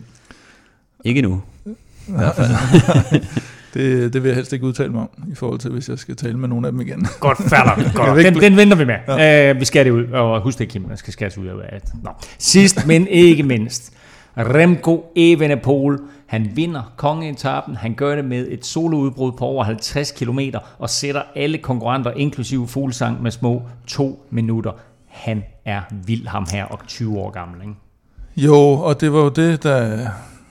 Ikke nu. I hvert fald. Det, det vil jeg helst ikke udtale mig om, i forhold til, hvis jeg skal tale med nogle af dem igen. Godt, færdig. Godt. Den, den venter vi med. Ja. Uh, vi skal det ud, og husk det, Kim, man skal skæres ud af det. Nå. Sidst, men ikke mindst. Remco Evenepoel, han vinder kongeetappen, han gør det med et soloudbrud på over halvtreds kilometer og sætter alle konkurrenter, inklusive Fuglsang, med små to minutter. Han er vild, ham her, og tyve år gammel, ikke? Jo, og det var jo det, da,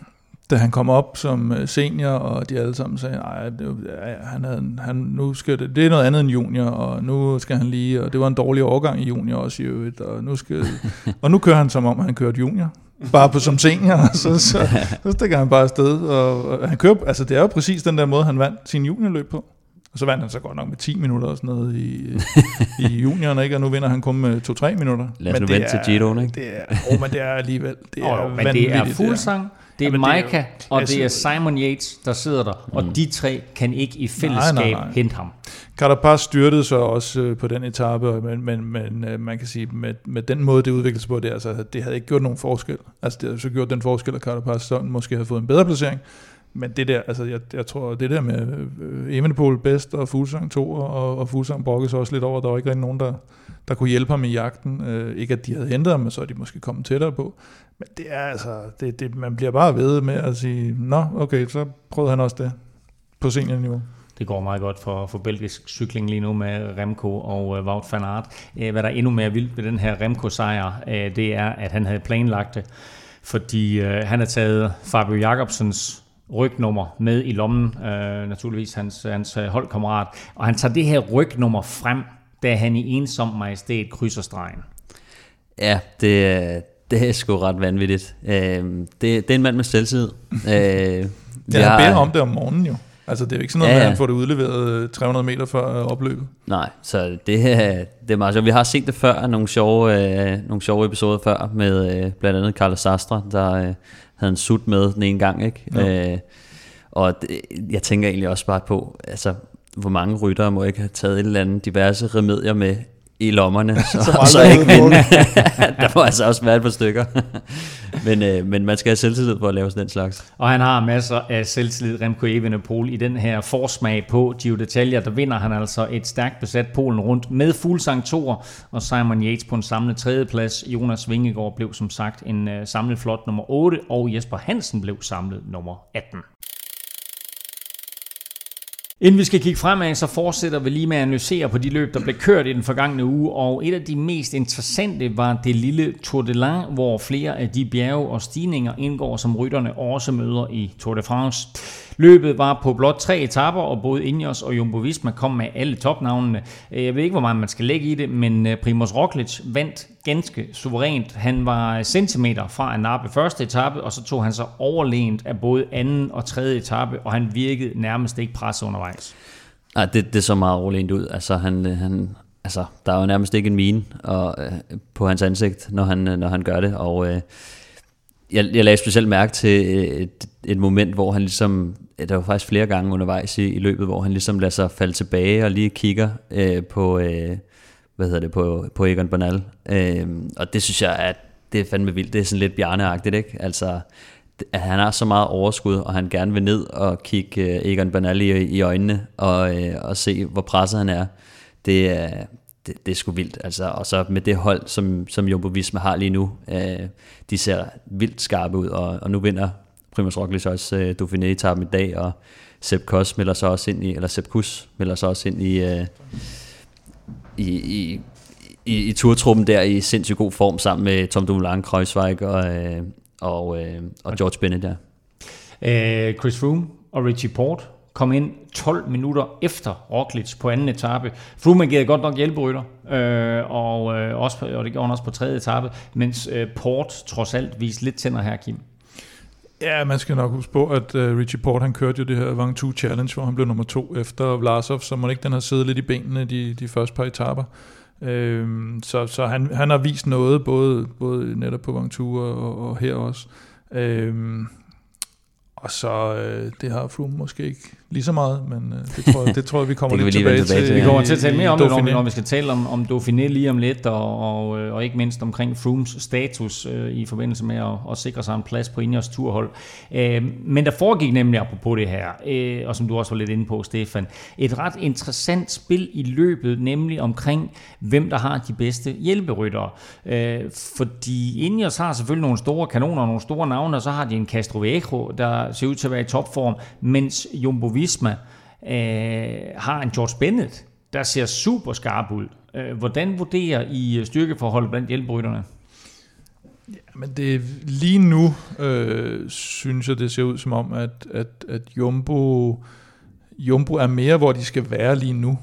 da han kom op som senior, og de alle sammen sagde, nej, han havde, han, nu skal det, det er noget andet end junior, og nu skal han lige, og det var en dårlig overgang i junior også i øvrigt, og nu, skal, og nu kører han som om, han kørte junior. Bare på som senior, og så, så, så stikker han bare afsted, og, og han kører, altså det er jo præcis den der måde, han vandt sin juniorløb på. Og så vandt han så godt nok med ti minutter og sådan noget i, i junioren, ikke? Og nu vinder han kun med to tre minutter. Lad os nu vente til Giroen, ikke? Det er, oh, men det er alligevel, det er oh, men det er Fuglsang, det er Majka, og det er Simon Yates, der sidder der, og mm. de tre kan ikke i fællesskab nej, nej, nej. hente ham. Carapaz styrtede så også på den etape, men, men, men man kan sige, med, med den måde, det udviklede sig på, det, altså, det havde ikke gjort nogen forskel. Altså det havde så gjort den forskel, at Carapaz så måske havde fået en bedre placering. Men det der, altså jeg, jeg tror, det der med Evenepoel bedst og Fuglsang to, og, og Fuglsang brokkede sig også lidt over, der var ikke rigtig nogen, der, der kunne hjælpe ham i jagten. Øh, ikke at de havde hentet ham, men så er de måske kommet tættere på. Men det er altså, det, det, man bliver bare ved med at sige, nå okay, så prøvede han også det på seniorniveau. Det går meget godt for, for belgisk cykling lige nu med Remco og uh, Wout van Aert. Uh, hvad der er endnu mere vildt ved den her Remco-sejr, uh, det er, at han havde planlagt det, fordi uh, han har taget Fabio Jakobsens rygnummer med i lommen, uh, naturligvis hans, hans holdkammerat, og han tager det her rygnummer frem, da han i ensom majestæt krydser stregen. Ja, det, det er sgu ret vanvittigt. Uh, det, det er en mand med selvtid. Uh, ja, han beder om det om morgenen jo. Altså det er jo ikke sådan noget, ja, ja. Med, at han får det udleveret tre hundrede meter før opløbet. Nej, så det, det er meget sjovt. Vi har set det før, nogle sjove, øh, nogle sjove episoder før, med øh, blandt andet Carlos Sastre, der øh, havde en sut med den ene gang, ikke? Ja. Øh, og det, jeg tænker egentlig også bare på, altså hvor mange ryttere må ikke have taget et eller andet diverse remedier med i lommerne, så, så, så ikke vinde. Der må altså også være et par stykker. men, øh, men man skal have selvtillid på at lave sådan den slags. Og han har masser af selvtillid, Remco Evenepoel, i den her forsmag på Giro d'Italia. Der vinder han altså et stærkt besat Polen rundt med Fuglsang toer og Simon Yates på en samlet tredjeplads. Jonas Vingegaard blev som sagt en uh, samlet flot nummer otte, og Jesper Hansen blev samlet nummer atten. Inden vi skal kigge fremad, så fortsætter vi lige med at analysere på de løb, der blev kørt i den forgangne uge, og et af de mest interessante var det lille Tour de l'Ain, hvor flere af de bjerge og stigninger indgår, som rytterne også møder i Tour de France. Løbet var på blot tre etaper, og både Ineos og Jumbo Visma kom med alle topnavnene. Jeg ved ikke, hvor meget man skal lægge i det, men Primož Roglič vandt ganske suverænt. Han var centimeter fra at nappe første etape, og så tog han sig overlegent af både anden og tredje etape, og han virkede nærmest ikke presset undervejs. Nej, det, det så meget overlegent ud. Altså, han, han, altså, der er jo nærmest ikke en mine og, øh, på hans ansigt, når han, når han gør det, og øh, jeg, jeg lagde specielt mærke til et, et moment, hvor han ligesom, der var faktisk flere gange undervejs i, i løbet, hvor han ligesom lader sig falde tilbage og lige kigger øh, på, øh, hvad hedder det, på, på Egan Bernal. Øh, og det synes jeg, at det er fandme vildt. Det er sådan lidt Bjarne-agtigt, ikke? Altså, at han har så meget overskud, og han gerne vil ned og kigge øh, Egan Bernal i, i øjnene og, øh, og se, hvor presset han er. Det er... Det, det er sgu vildt, altså, og så med det hold, som, som Jumbo Visma har lige nu, øh, de ser vildt skarpe ud, og, og nu vinder Primož Roglič også øh, Dauphiné-etappen i dag, og Sepp Kuss melder sig også ind i, eller Sepp Kuss melder sig også ind i, øh, i, i, i, i turtruppen der i sindssygt god form, sammen med Tom Dumoulin, Kruijswijk og, øh, og, øh, og George Bennett der. Øh, Chris Froome og Richie Porte kom ind tolv minutter efter Roglič på anden etape. Froome gav godt nok hjælperytter, øh, og, øh, også, og det gjorde han også på tredje etape, mens øh, Porte trods alt viste lidt tænder her, Kim. Ja, man skal nok huske på, at uh, Richie Porte, han kørte jo det her Ventoux Challenge, hvor han blev nummer to efter Vlasov, så må ikke den har siddet lidt i benene de, de første par etaper. Øhm, så så han, han har vist noget, både, både netop på Ventoux og, og her også. Øhm, Og så, øh, det har Froome måske ikke lige så meget, men øh, det, tror jeg, det tror jeg, vi kommer lidt vi tilbage, tilbage til. Vi kommer til at tale mere om det, når, Dauphiné. når vi skal tale om, om Dauphiné lige om lidt, og, og, og ikke mindst omkring Froomes status øh, i forbindelse med at, at sikre sig en plads på Ineos turhold. Øh, men der foregik nemlig, apropos det her, øh, og som du også var lidt inde på, Stefan, et ret interessant spil i løbet, nemlig omkring, hvem der har de bedste hjælperyttere. Øh, fordi Ineos har selvfølgelig nogle store kanoner, nogle store navne, og så har de en Castroviejo, der ser ud til at være i topform, mens Jumbo Visma øh, har en George Bennett, der ser super skarp ud. Øh, hvordan vurderer I styrkeforholdet blandt hjælperytterne? Ja, men det lige nu øh, synes jeg, det ser ud som om, at, at, at Jumbo, Jumbo er mere, hvor de skal være lige nu.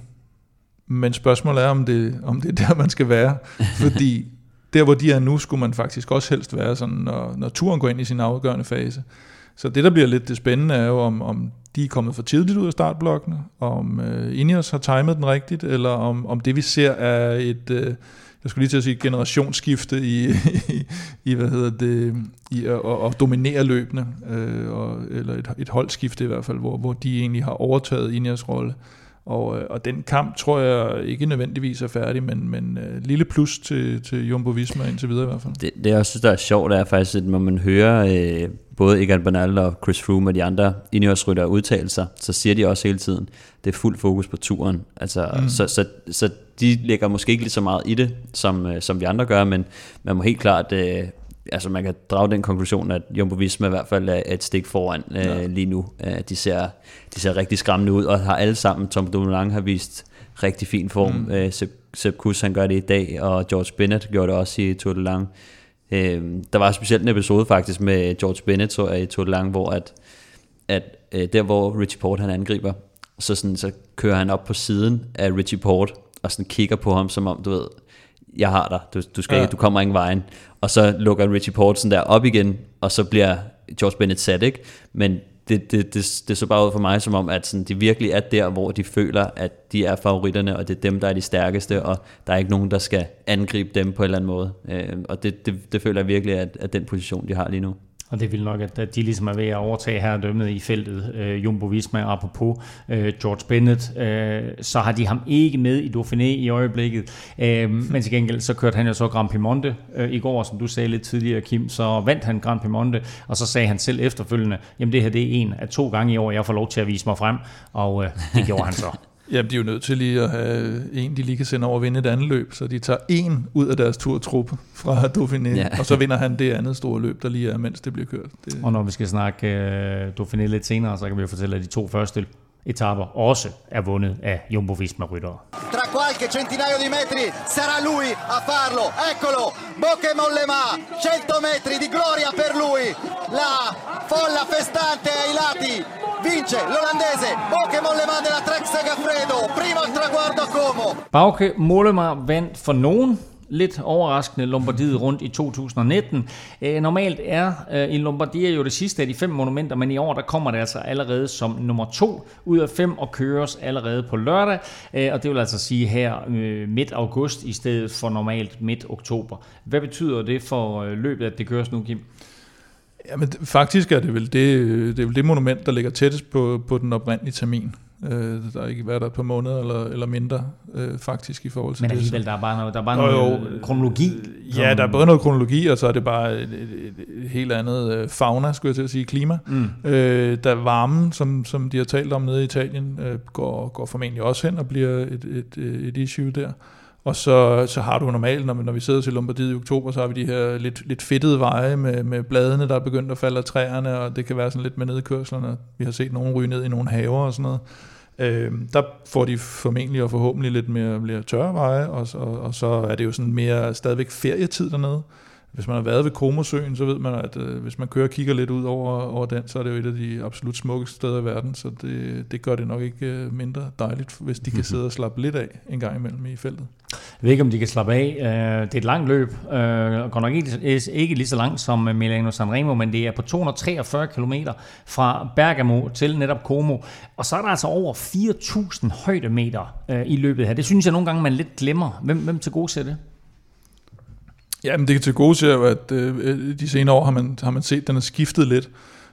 Men spørgsmålet er, om det, om det er der, man skal være. Fordi der, hvor de er nu, skulle man faktisk også helst være, sådan, når, når turen går ind i sin afgørende fase. Så det, der bliver lidt det spændende, er jo, om, om de er kommet for tidligt ud af startblokkene, om øh, Ineos har timet den rigtigt, eller om, om det, vi ser, er et, øh, jeg skulle lige til at sige, et generationsskifte i, i, i hvad hedder det, i at, at dominere løbende, øh, og, eller et, et holdskifte i hvert fald, hvor, hvor de egentlig har overtaget Ineos rolle. Og, og den kamp tror jeg ikke nødvendigvis er færdig, men, men uh, lille plus til, til Jumbo Visma indtil videre i hvert fald. Det, det er også der er sjovt, er faktisk, at når man hører øh, både Egan Bernal og Chris Froome og de andre Ineos-ryttere udtale sig, så siger de også hele tiden, det er fuld fokus på turen. Altså, mm. så, så, så de lægger måske ikke lige så meget i det, som, øh, som vi andre gør, men man må helt klart... Øh, altså man kan drage den konklusion, at Jumbo Visma i hvert fald er et stik foran ja. øh, lige nu. Uh, de, ser, de ser rigtig skræmmende ud, og har alle sammen, Tom Dumoulin har vist rigtig fin form. Mm. Uh, Sepp, Sepp Kuss, han gør det i dag, og George Bennett gjorde det også i Tour de Lang. Uh, der var specielt en episode faktisk med George Bennett så i Tour de Lang, hvor at, at uh, der hvor Richie Porte han angriber, så, sådan, så kører han op på siden af Richie Porte, og sådan kigger på ham, som om du ved, jeg har dig, du, du, skal, ja. du kommer ingen vejen. Og så lukker Richie Porte sådan der op igen, og så bliver George Bennett sat, ikke? Men det, det, det, det så bare ud for mig som om, at sådan, de virkelig er der, hvor de føler, at de er favoritterne, og det er dem, der er de stærkeste, og der er ikke nogen, der skal angribe dem på en eller anden måde. Øh, og det, det, det føler jeg virkelig, at, at den position, de har lige nu. Og det vil nok, at de ligesom er ved at overtage herredømmet i feltet. Øh, Jumbo Visma, apropos øh, George Bennett, øh, så har de ham ikke med i Dauphiné i øjeblikket. Øh, men til gengæld, så kørte han jo så Grand Piemonte øh, i går, som du sagde lidt tidligere, Kim. Så vandt han Grand Piemonte, og så sagde han selv efterfølgende, jamen det her det er en af to gange i år, jeg får lov til at vise mig frem. Og øh, det gjorde han så. Jamen, de er jo nødt til lige at have en, de lige kan sende over og vinde et andet løb, så de tager en ud af deres turtruppe fra Dauphiné, ja. Og så vinder han det andet store løb, der lige er, mens det bliver kørt. Det... Og når vi skal snakke uh, Dauphiné lidt senere, så kan vi jo fortælle, at de to første etaper også er vundet af Jumbo Visma-ryttere. Tra qualche centinaio di metri sarà lui a farlo, eccolo, Bauke Mollema, cento metri di gloria per lui, la folla festante ai lati, vince l'olandese Bauke Mollema della Trek Segafredo, primo al traguardo a Como. Bauke Mollema vandt for nogen lidt overraskende Lombardiet rundt i to tusind nitten. Øh, normalt er øh, en Lombardia jo det sidste af de fem monumenter, men i år der kommer det altså allerede som nummer to ud af fem og køres allerede på lørdag. Øh, og det vil altså sige her øh, midt august i stedet for normalt midt oktober. Hvad betyder det for øh, løbet, at det køres nu, Kim? Jamen, faktisk er det vel det, det, er vel det monument, der ligger tættest på, på den oprindelige termin. Øh, der er ikke været der et par måneder eller, eller mindre øh, faktisk i forhold til men det. Men alligevel, der er bare noget, der er bare noget jo, kronologi. Som... Ja, der er både noget kronologi, og så er det bare et, et, et helt andet øh, fauna, skulle jeg til at sige, klima. Mm. Øh, der er varmen, som, som de har talt om nede i Italien, øh, går, går formentlig også hen og bliver et, et, et issue der. Og så, så har du normalt, når, når vi sidder til Lombardiet i oktober, så har vi de her lidt, lidt fedtede veje med, med bladene, der er begyndt at falde af træerne, og det kan være sådan lidt med nedkørslerne. Vi har set nogen ryge ned i nogle haver og sådan noget. Øh, der får de formentlig og forhåbentlig lidt mere, mere tørre veje, og, og, og så er det jo sådan mere stadigvæk ferietid dernede. Hvis man har været ved Comosøen, så ved man, at øh, hvis man kører og kigger lidt ud over, over den, så er det jo et af de absolut smukkeste steder i verden, så det, det gør det nok ikke øh, mindre dejligt, hvis de kan sidde og slappe lidt af en gang imellem i feltet. Jeg ved ikke, om de kan slappe af. Det er et langt løb, og går nok ikke, ikke lige så langt som Milano Sanremo, men det er på to hundrede og treogfyrre kilometer fra Bergamo til netop Como. Og så er der altså over fire tusind højdemeter i løbet her. Det synes jeg nogle gange, man lidt glemmer. Hvem, hvem til gode ser det? Ja, men det kan til gode se, at øh, de senere år har man, har man set, at den er skiftet lidt.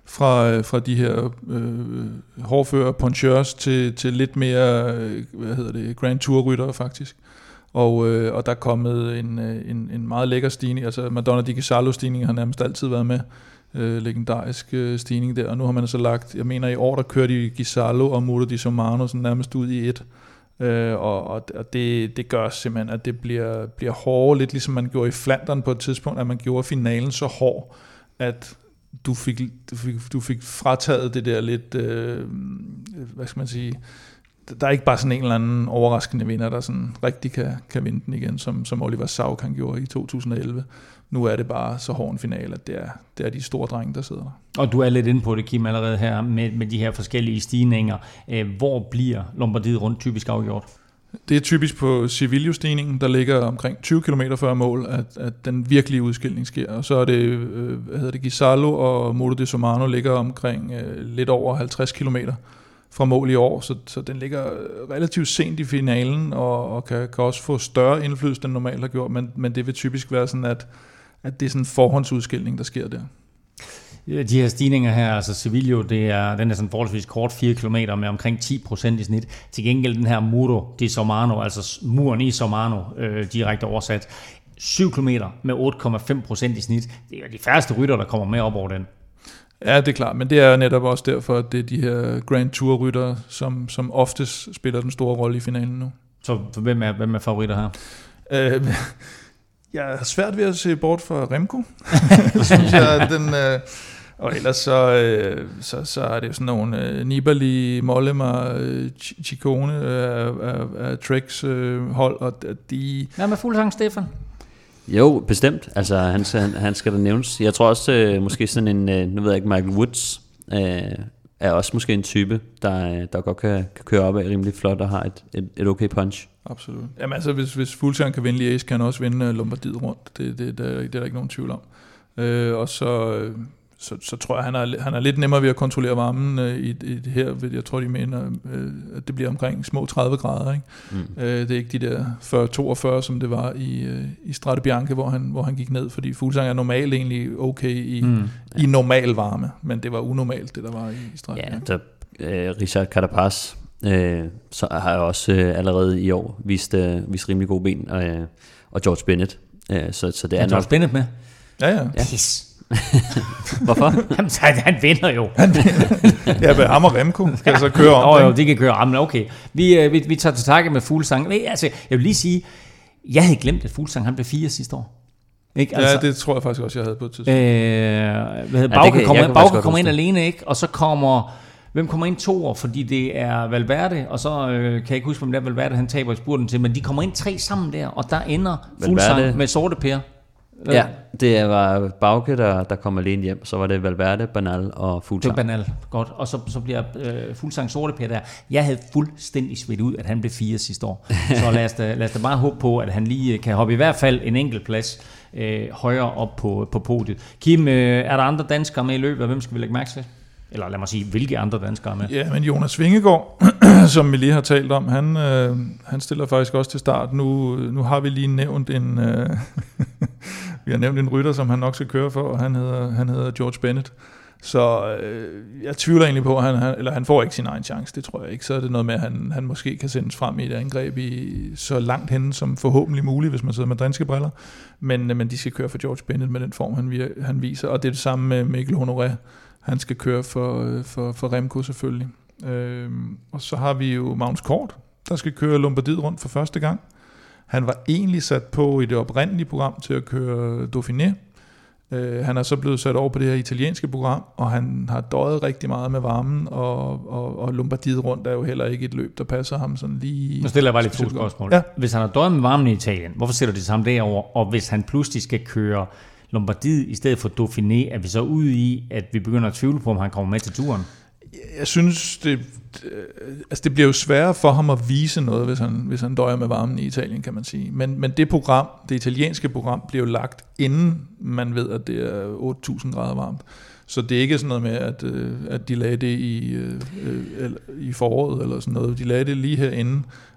fra, fra de her øh, hårdføre puncheurs til, til lidt mere, øh, hvad hedder det, Grand Tour-ryttere faktisk. Og, øh, og der er kommet en, en, en meget lækker stigning, altså Madonna di Ghisallo-stigningen har nærmest altid været med, øh, legendarisk øh, stigning der, og nu har man så lagt, jeg mener i år, der kører de Ghisallo og Muro di Somano sådan nærmest ud i et, øh, og, og, og det, det gør simpelthen, at det bliver, bliver hårdere, lidt ligesom man gjorde i Flandern på et tidspunkt, at man gjorde finalen så hård, at du fik, du fik, du fik frataget det der lidt, øh, hvad skal man sige, der er ikke bare sådan en eller anden overraskende vinder, der sådan rigtig kan, kan vinde den igen, som, som Oliver Sauk han gjorde i to tusind og elleve. Nu er det bare så hård en finale, at det er, det er de store drenge, der sidder der. Og du er lidt inde på det, Kim, allerede her med, med de her forskellige stigninger. Hvor bliver Lombardiet rundt typisk afgjort? Det er typisk på Civiglio-stigningen, der ligger omkring tyve kilometer før mål, at, at den virkelige udskilning sker. Og så er det, øh, hvad hedder det, Ghisallo og Muro di Somano ligger omkring øh, lidt over halvtreds kilometer fra mål i år, så, så den ligger relativt sent i finalen, og, og kan, kan også få større indflydelse, end normalt har gjort, men, men det vil typisk være sådan, at, at det er sådan en forhåndsudskilning, der sker der. De her stigninger her, altså Civiglio, det er, den er sådan forholdsvis kort, fire kilometer med omkring ti procent i snit. Til gengæld den her Muro di Somano, altså muren i Somano, øh, direkte oversat, syv kilometer med otte komma fem procent i snit. Det er de færreste rytter, der kommer med op over den. Ja, det er klart, men det er netop også derfor, at det er de her Grand Tour-ryttere, som, som oftest spiller den store rolle i finalen nu. Så hvem er, hvem er favoritter her? Øh, jeg er svært ved at se bort fra Remco. synes jeg, den, øh, og ellers så, øh, så, så er det sådan nogle øh, Nibali, Mollema, øh, Ciccone af, af, af Treks øh, hold, og de... Hvad med Fuglsang, Stefan? Jo, bestemt. Altså, han, han, han skal da nævnes. Jeg tror også, øh, måske sådan en, øh, nu ved jeg ikke, Michael Woods øh, er også måske en type, der, der godt kan, kan køre op af rimelig flot og har et, et, et okay punch. Absolut. Jamen altså, hvis, hvis Fuglsang kan vinde Liège, kan han også vinde Lombardiet rundt. Det, det, det, det er der ikke nogen tvivl om. Øh, og så... Så, så tror jeg, han er, han er lidt nemmere ved at kontrollere varmen øh, i, i det her. Jeg tror, de mener, øh, at det bliver omkring små tredive grader. Ikke? Mm. Øh, det er ikke de der fyrre toogfyrre, som det var i, øh, i Strade Bianche, hvor han, hvor han gik ned. Fordi Fuglsang er normalt egentlig okay i, mm. i normal varme, men det var unormalt, det der var i, i Strade ja, Bianche. Der, øh, Richard Carapaz øh, så har jeg også øh, allerede i år vist, øh, vist rimelig gode ben, og, øh, og George Bennett. Øh, så, så det er, er George Bennett med? Ja, ja. ja. Yes. Hvorfor? Jamen, han vinder jo. Ja, men ham og Remco skal ja. så køre om. Nå, jo, de kan køre om, okay. Vi, vi, vi tager til takke med Fuglsang. Altså, jeg vil lige sige, jeg havde glemt, at Fuglsang han blev fire sidste år. Ikke? Altså, ja, det tror jeg faktisk også, jeg havde på et tidspunkt. Øh, Bauke ja, kommer, Bauke kommer ind alene, ikke? Og så kommer... Hvem kommer ind to år, fordi det er Valverde, og så øh, kan jeg ikke huske, hvem det er Valverde, han taber i spurten til, men de kommer ind tre sammen der, og der ender Fuglsang med sorte Per. Ja, det var Bauke, der, der kom alene hjem. Så var det Valverde, Bernal og Fuglsang. Det var Bernal, godt. Og så, så bliver øh, Fuglsang sorte Per der. Jeg havde fuldstændig svedt ud, at han blev fire sidste år. Så lad os, da, lad os da bare håbe på, at han lige kan hoppe i hvert fald en enkelt plads øh, højere op på, på podiet. Kim, øh, er der andre danskere med i løbet, hvem skal vi lægge mærke til? Eller lad mig sige, hvilke andre danskere er med? Ja, men Jonas Vingegaard, som vi lige har talt om, han, øh, han stiller faktisk også til start. Nu, nu har vi lige nævnt en... Øh, vi har nævnt en rytter, som han nok skal køre for, og han hedder, han hedder George Bennett. Så øh, jeg tvivler egentlig på, at han, han, eller han får ikke sin egen chance, det tror jeg ikke. Så er det noget med, at han, han måske kan sendes frem i et angreb i så langt henne som forhåbentlig muligt, hvis man sidder med danske briller. Men, men de skal køre for George Bennett med den form, han, han viser. Og det er det samme med Mikkel Honoré. Han skal køre for, for, for Remco selvfølgelig. Øhm, og så har vi jo Magnus Kort, der skal køre Lombardiet rundt for første gang. Han var egentlig sat på i det oprindelige program til at køre Dauphiné. Øh, han er så blevet sat over på det her italienske program, og han har døjet rigtig meget med varmen, og, og, og Lombardiet rundt er jo heller ikke et løb, der passer ham sådan lige... Nu stiller jeg bare lige to spørgsmål. Ja. Hvis han har døjet med varmen i Italien, hvorfor sætter de sammen derover? Og hvis han pludselig skal køre Lombardiet i stedet for Dauphiné, er vi så ude i, at vi begynder at tvivle på, om han kommer med til turen? Jeg synes, det, altså det bliver jo sværere for ham at vise noget, hvis han, hvis han døjer med varmen i Italien, kan man sige. Men, men det program, det italienske program, bliver jo lagt, inden man ved, at det er otte tusind grader varmt. Så det er ikke sådan noget med, at, at de lagde det i, i foråret eller sådan noget. De lagde det lige herinde,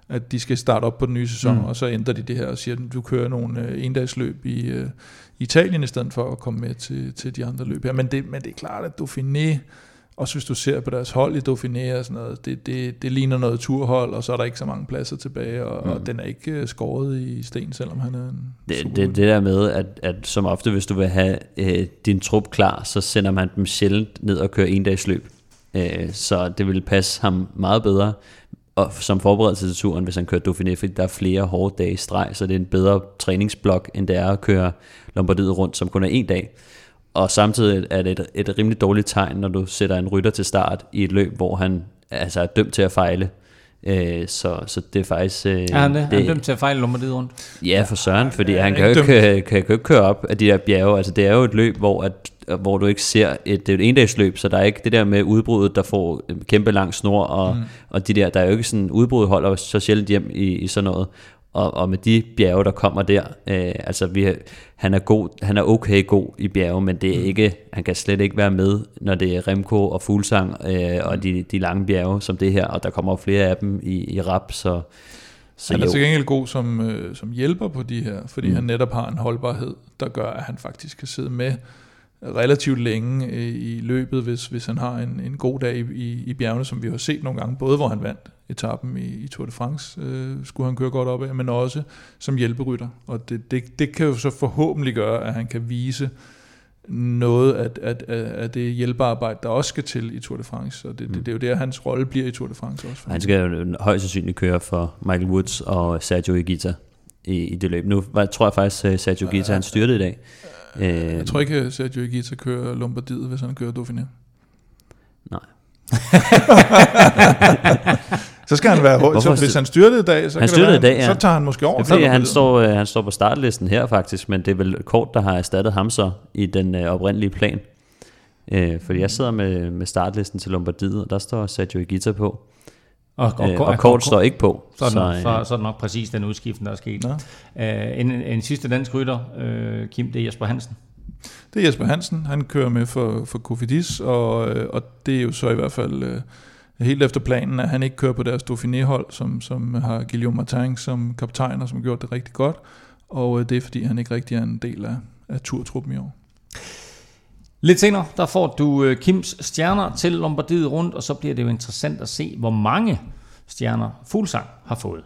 at de skal starte op på den nye sæson, Mm. og så ændrer de det her og siger, at du kører nogle øh, endagsløb i øh, Italien, i stedet for at komme med til, til de andre løb her. Men det, men det er klart, at Dauphiné, også hvis du ser på deres hold i Dauphiné og sådan noget, det, det, det ligner noget turhold, og så er der ikke så mange pladser tilbage, og, mm. og den er ikke uh, skåret i sten, selvom han er en det, det, det der med, at, at som ofte, hvis du vil have øh, din trup klar, så sender man dem sjældent ned og kører en dags løb. Øh, så det vil passe ham meget bedre og som forberedelse til turen, hvis han kører Dauphiné, fordi der er flere hårde dage i streg, så det er en bedre træningsblok, end det er at køre Lombardiet rundt, som kun er en dag. Og samtidig er det et, et rimelig dårligt tegn, når du sætter en rytter til start i et løb, hvor han altså er dømt til at fejle. Øh, så, så det er faktisk... Øh, er han det? det Han er dømt til at fejle Lombardiet rundt? Ja, for søren, fordi ja, han kan jo ikke, kan, kan ikke køre op af de der bjerge. Altså det er jo et løb, hvor, at, hvor du ikke ser... Et, det er et endagsløb, så der er ikke det der med udbruddet, der får en kæmpe lang snor, og, mm. og de der, der er jo ikke sådan... Udbruddet holder så sjældent hjem i, i sådan noget. Og, og med de bjerge, der kommer der, øh, altså vi, han er god, han er okay god i bjerge, men det er ikke, han kan slet ikke være med, når det er Remco og Fuglsang øh, og de, de lange bjerge som det her, og der kommer flere af dem i, i rap, så, så han er jo. til gengæld god som, øh, som hjælper på de her, fordi Mm. han netop har en holdbarhed, der gør, at han faktisk kan sidde med relativt længe øh, i løbet, hvis, hvis han har en, en god dag i, i, i bjergene, som vi har set nogle gange, både hvor han vandt etappen i, i Tour de France, øh, skulle han køre godt op af, men også som hjælperytter. Og det, det, det kan jo så forhåbentlig gøre, at han kan vise noget af, af, af, af det hjælpearbejde, der også skal til i Tour de France. Og det, det, det er jo der, hans rolle bliver i Tour de France også. Han skal jo højst sandsynligt køre for Michael Woods og Sergio Higuita i, i det løb. Nu var, tror jeg faktisk, at Sergio Higuita han styrtede i dag. Jeg tror ikke, at Sergio Higuita kører Lombardiet, hvis han kører Dauphiné. Nej. Så skal han være højt, så hvis han styrtede i dag, så, han kan det være, i dag, ja. så tager han måske over. Det er fordi, han står, han står på startlisten her faktisk, men det er vel Kort, der har erstattet ham så i den øh, oprindelige plan. Øh, fordi jeg sidder med, med startlisten til Lombardiet, og der står Sergio Higuita på. Og, og, øh, og Kort står ikke på. Så er, så, det, så, så er det nok præcis den udskiften, der er sket. Ja. Uh, en, en sidste dansk rytter, uh, Kim, det er Jesper Hansen. Det er Jesper Hansen, han kører med for, for Cofidis, og, og det er jo så i hvert fald uh, helt efter planen, at han ikke kører på deres Dauphiné-hold, som, som har Guillaume Martin som kaptajn, og som har gjort det rigtig godt, og uh, det er fordi, han ikke rigtig er en del af, af turtruppen i år. Lidt senere, der får du uh, Kims stjerner til Lombardiet rundt, og så bliver det jo interessant at se, hvor mange stjerner Fuglsang har fået.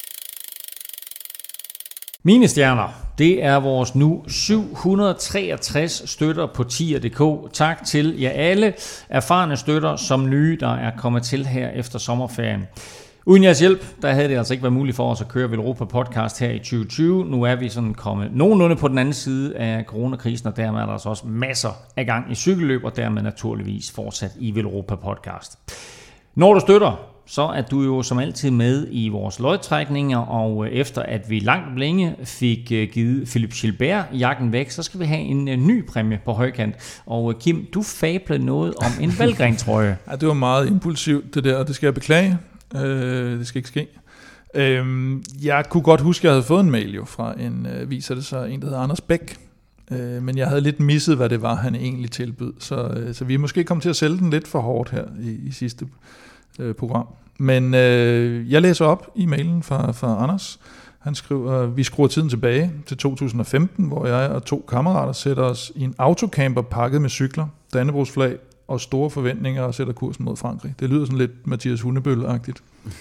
Mine stjerner, det er vores nu syv hundrede og treogtres støtter på tier punktum d k. Tak til jer alle erfarne støtter som nye, der er kommet til her efter sommerferien. Uden jeres hjælp, der havde det altså ikke været muligt for os at køre Velropa Podcast her i tyve tyve. Nu er vi sådan kommet nogenlunde på den anden side af coronakrisen, og dermed er der altså også masser af gang i cykelløb, og dermed naturligvis fortsat i Velropa Podcast. Når du støtter, så er du jo som altid med i vores lodtrækninger, og efter at vi langt længe fik givet Philip Gilbert jakken væk, så skal vi have en ny præmie på højkant. Og Kim, du fablede noget om en Valgren-trøje. Ja, det var meget impulsivt det der, og det skal jeg beklage. Øh, det skal ikke ske. Øh, jeg kunne godt huske, at jeg havde fået en mail jo fra en, øh, viser det sig, en der hedder Anders Bæk. Øh, men jeg havde lidt misset, hvad det var, han egentlig tilbød. Så, øh, så vi er måske kommet til at sælge den lidt for hårdt her i, i sidste øh, program. Men øh, jeg læser op i mailen fra, fra Anders. Han skriver, vi skruer tiden tilbage til to tusind og femten, hvor jeg og to kammerater sætter os i en autocamper pakket med cykler, dannebrogsflag og store forventninger og sætter kursen mod Frankrig. Det lyder sådan lidt Mathias Hundebølle-agtigt.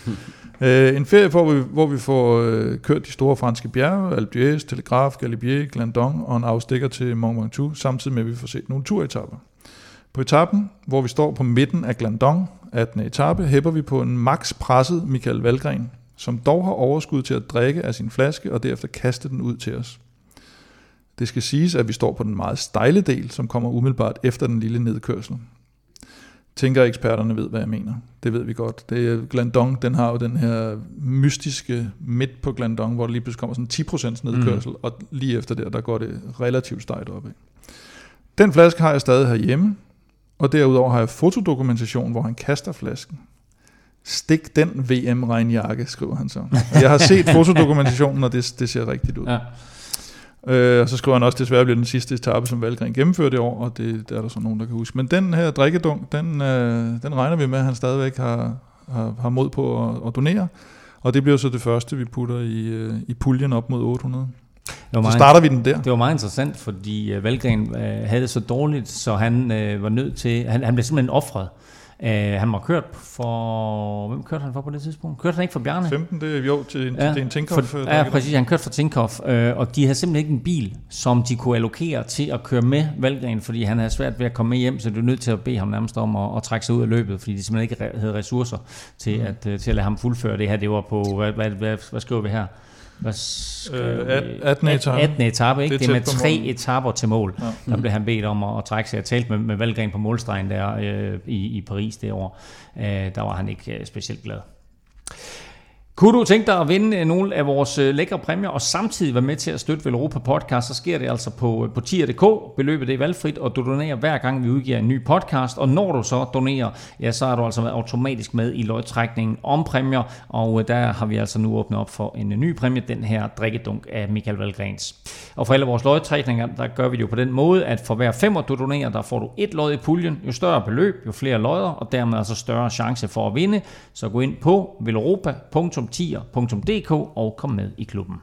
øh, en ferie, hvor vi, hvor vi får øh, kørt de store franske bjerge, Alpe d'Huez, Telegraphe, Galibier, Glandon og en afstikker til Mont Ventoux, samtidig med at vi får set nogle turetapper. På etappen, hvor vi står på midten af Glandon, attende etape, hæpper vi på en max presset Michael Valgren, som dog har overskud til at drikke af sin flaske og derefter kaste den ud til os. Det skal siges, at vi står på den meget stejle del, som kommer umiddelbart efter den lille nedkørsel. Tænker eksperterne ved, hvad jeg mener. Det ved vi godt. Det er Glandon, den har jo den her mystiske midt på Glandon, hvor der lige pludselig kommer sådan ti procent nedkørsel, mm. og lige efter der, der går det relativt stejlt opad. Den flaske har jeg stadig herhjemme, og derudover har jeg fotodokumentation, hvor han kaster flasken. Stik den V M-regnjakke, skriver han så. Jeg har set fotodokumentationen, og det, det ser rigtigt ud. Ja. Øh, og så skriver han også, desværre bliver den sidste etape, som Valgren gennemførte i år, og det, det er der så nogen, der kan huske. Men den her drikkedunk, den, øh, den regner vi med, at han stadigvæk har, har, har mod på at, at donere. Og det bliver så det første, vi putter i, øh, i puljen op mod otte hundrede. Så starter vi den der. Det var meget interessant, fordi uh, Valgren uh, havde det så dårligt, så han uh, var nødt til, han, han blev simpelthen offret. Uh, han var kørt for, hvem kørte han for på det tidspunkt? Kørte han ikke for Bjarne? femten, det er jo til en, ja, det er en Tinkoff. For, ja, præcis, han kørte for Tinkoff, uh, og de havde simpelthen ikke en bil, som de kunne allokere til at køre med Valgren, fordi han havde svært ved at komme med hjem, så de var nødt til at bede ham nærmest om at, at trække sig ud af løbet, fordi de simpelthen ikke havde ressourcer til, mm. at, uh, til at lade ham fuldføre det her. Det var på, hvad, hvad, hvad, hvad skriver vi her? attende etape. attende etape, ikke? Det, det er med tre etaper til mål. Ja. Der blev han bedt om at, at trække sig. Jeg talte med, med Valgren på målstregen der øh, i, i Paris det år. Øh, der var han ikke øh, specielt glad. Kunne du tænke dig at vinde nogle af vores lækre præmier og samtidig være med til at støtte Velropa Podcast, så sker det altså på, på tier punktum d k. Beløbet er valgfrit, og du donerer hver gang vi udgiver en ny podcast. Og når du så donerer, ja, så er du altså automatisk med i lodtrækningen om præmier. Og der har vi altså nu åbnet op for en ny præmie, den her drikkedunk af Michael Valgrens. Og for alle vores lodtrækninger, der gør vi det jo på den måde, at for hver femmer du donerer, der får du et lod i puljen. Jo større beløb, jo flere lodder, og dermed altså større chance for at vinde. Så gå ind på velropa punktum tier punktum d k og kom med i klubben.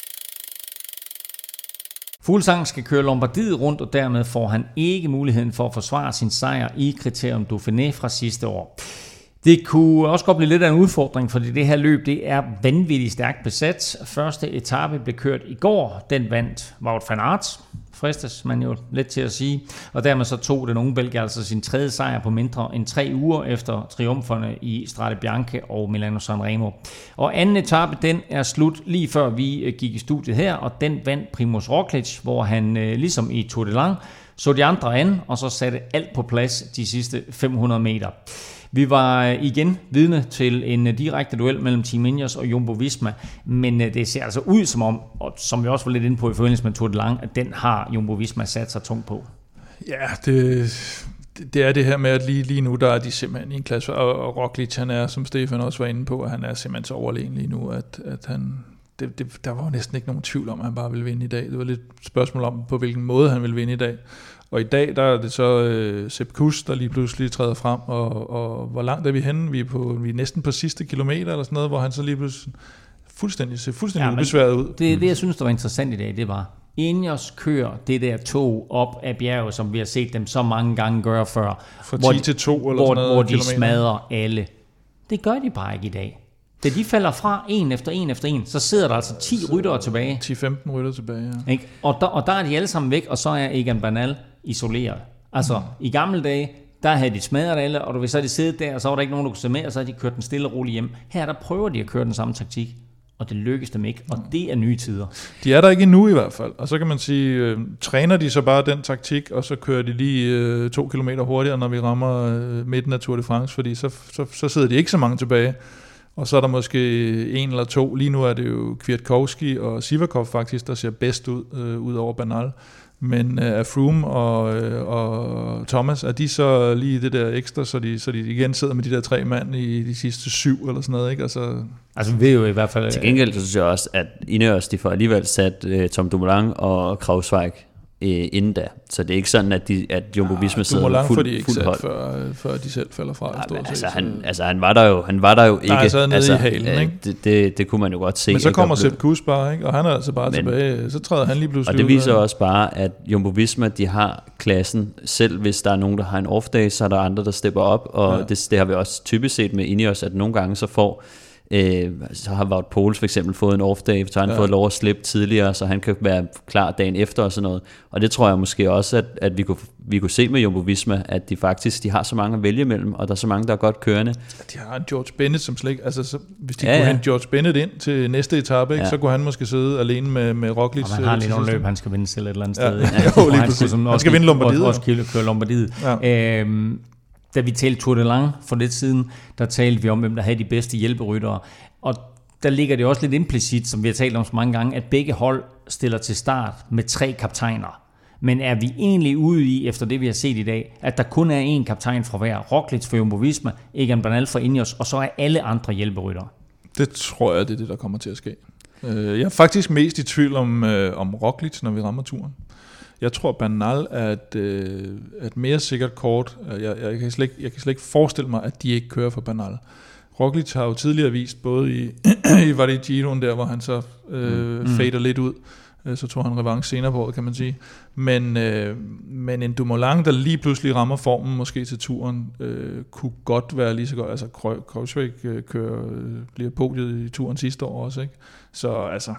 Fuglsang skal køre Lombardiet rundt, og dermed får han ikke muligheden for at forsvare sin sejr i Criterium Dauphiné fra sidste år. Det kunne også godt blive lidt af en udfordring, fordi det her løb det er vanvittigt stærkt besat. Første etape blev kørt i går. Den vandt Wout van Aert, fristes man jo lidt til at sige. Og dermed så tog den unge belgier altså sin tredje sejr på mindre end tre uger efter triumferne i Strade Bianche og Milano Sanremo. Og anden etape, den er slut lige før vi gik i studiet her, og den vandt Primož Roglič, hvor han ligesom i Tour de Lang så de andre an, og så satte alt på plads de sidste fem hundrede meter. Vi var igen vidne til en direkte duel mellem Team Ineos og Jumbo Visma, men det ser altså ud som om, og som vi også var lidt inde på i forbindelse med Tour de Lang, at den har Jumbo Visma sat sig tungt på. Ja, det, det er det her med, at lige, lige nu, der er de simpelthen i en klasse, og, og Roglič, han er, som Stefan også var inde på, at han er simpelthen så overlegen lige nu, at, at han... Det, det, der var næsten ikke nogen tvivl om, at han bare ville vinde i dag. Det var lidt et spørgsmål om, på hvilken måde han ville vinde i dag. Og i dag, der er det så øh, Sepp Kuss, der lige pludselig træder frem, og, og hvor langt er vi henne? Vi er, på, vi er næsten på sidste kilometer, eller sådan noget, hvor han så lige pludselig fuldstændig, ser fuldstændig ja, ubesværet ud. Det, det, jeg synes, der var interessant i dag, det var, Ineos kører det der tog op af bjerget, som vi har set dem så mange gange gøre før. Fra ti til to eller hvor, sådan noget hvor de kilometer. Smadrer alle. Det gør de bare ikke i dag. Da de falder fra en efter en efter en, så sidder der altså ti ryttere tilbage. ti til femten ryttere tilbage, ja. Ikke? Og, der, og der er de alle sammen væk, og så er Egan Bernal isoleret. Altså, mm. i gamle dage, der havde de smadret alle, og du vil så de siddet der, og så var der ikke nogen, der kunne se med, og så havde de kørt den stille og roligt hjem. Her der prøver de at køre den samme taktik, og det lykkes dem ikke, og det er nye tider. De er der ikke endnu i hvert fald, og så kan man sige, øh, træner de så bare den taktik, og så kører de lige øh, to kilometer hurtigere, når vi rammer øh, midten af Tour de France, fordi så, så, så sidder de ikke så mange tilbage. Og så er der måske en eller to. Lige nu er det jo Kwiatkowski og Sivakov faktisk, der ser bedst ud, øh, ud over Bernal. Men øh, Froome og, øh, og Thomas, er de så lige det der ekstra, så de, så de igen sidder med de der tre mand i de sidste syv eller sådan noget, ikke? Altså, altså vi ved jo i hvert fald... Til gengæld så synes jeg også, at Ineos, de får alligevel sat øh, Tom Dumoulin og Kravsweig øh, inden da. Så det er ikke sådan, at, de, at Jumbo Visma sidder fuld, de ikke fuld hold. Før, før de selv falder fra. Ja, altså, set, han, altså han var der jo, han var der jo ikke. Nej, så nede altså, i halen, ikke? Det, det, det kunne man jo godt se. Men så kommer Sepp Kuss bare, ikke? Og han er altså bare men, tilbage. Så træder han lige pludselig Og det viser ud, også bare, at Jumbo Visma, de har klassen. Selv hvis der er nogen, der har en off-day, så er der andre, der stepper op. Og ja. det, det har vi også typisk set med Ineos, at nogle gange så får... Øh, så har Wout Poels for eksempel fået en off-day, så har han ja. fået lov at slippe tidligere, så han kan være klar dagen efter og sådan noget. Og det tror jeg måske også, at, at vi, kunne, vi kunne se med Jumbo Visma, at de faktisk de har så mange at vælge mellem, og der er så mange, der er godt kørende. De har en George Bennett som slet altså så, hvis de ja, kunne ja. hente George Bennett ind til næste etape, ikke, ja. så kunne han måske sidde alene med, med Roglič. Og man har lige nogle løb, han skal vinde selv et eller andet ja. sted. Ja. Jo, lige præcis. Han, han skal vinde Lombardiet. Også køre Lombardiet. Ja. Øhm, da vi talte Tour de Lang for lidt siden, der talte vi om, hvem der havde de bedste hjælperyttere. Og der ligger det også lidt implicit, som vi har talt om så mange gange, at begge hold stiller til start med tre kaptajner. Men er vi egentlig ude i, efter det vi har set i dag, at der kun er én kaptajn fra hver? Roglič for Jumbo Visma, Egan Bernal for Ineos, og så er alle andre hjælperyttere. Det tror jeg, det er det, der kommer til at ske. Jeg er faktisk mest i tvivl om, om Roglič, når vi rammer turen. Jeg tror, Bernal er et, et mere sikkert kort. Jeg, jeg, kan slet ikke, jeg kan slet ikke forestille mig, at de ikke kører for Bernal. Roglic har jo tidligere vist, både i, i var det i Giroen der, hvor han så øh, mm. fader lidt ud, så tog han revanche senere på året, kan man sige. Men, øh, men en Dumoulin, der lige pludselig rammer formen, måske til turen, øh, kunne godt være lige så godt. Altså, Kruijswijk øh, kører, øh, bliver podiet i turen sidste år også, ikke? Så altså,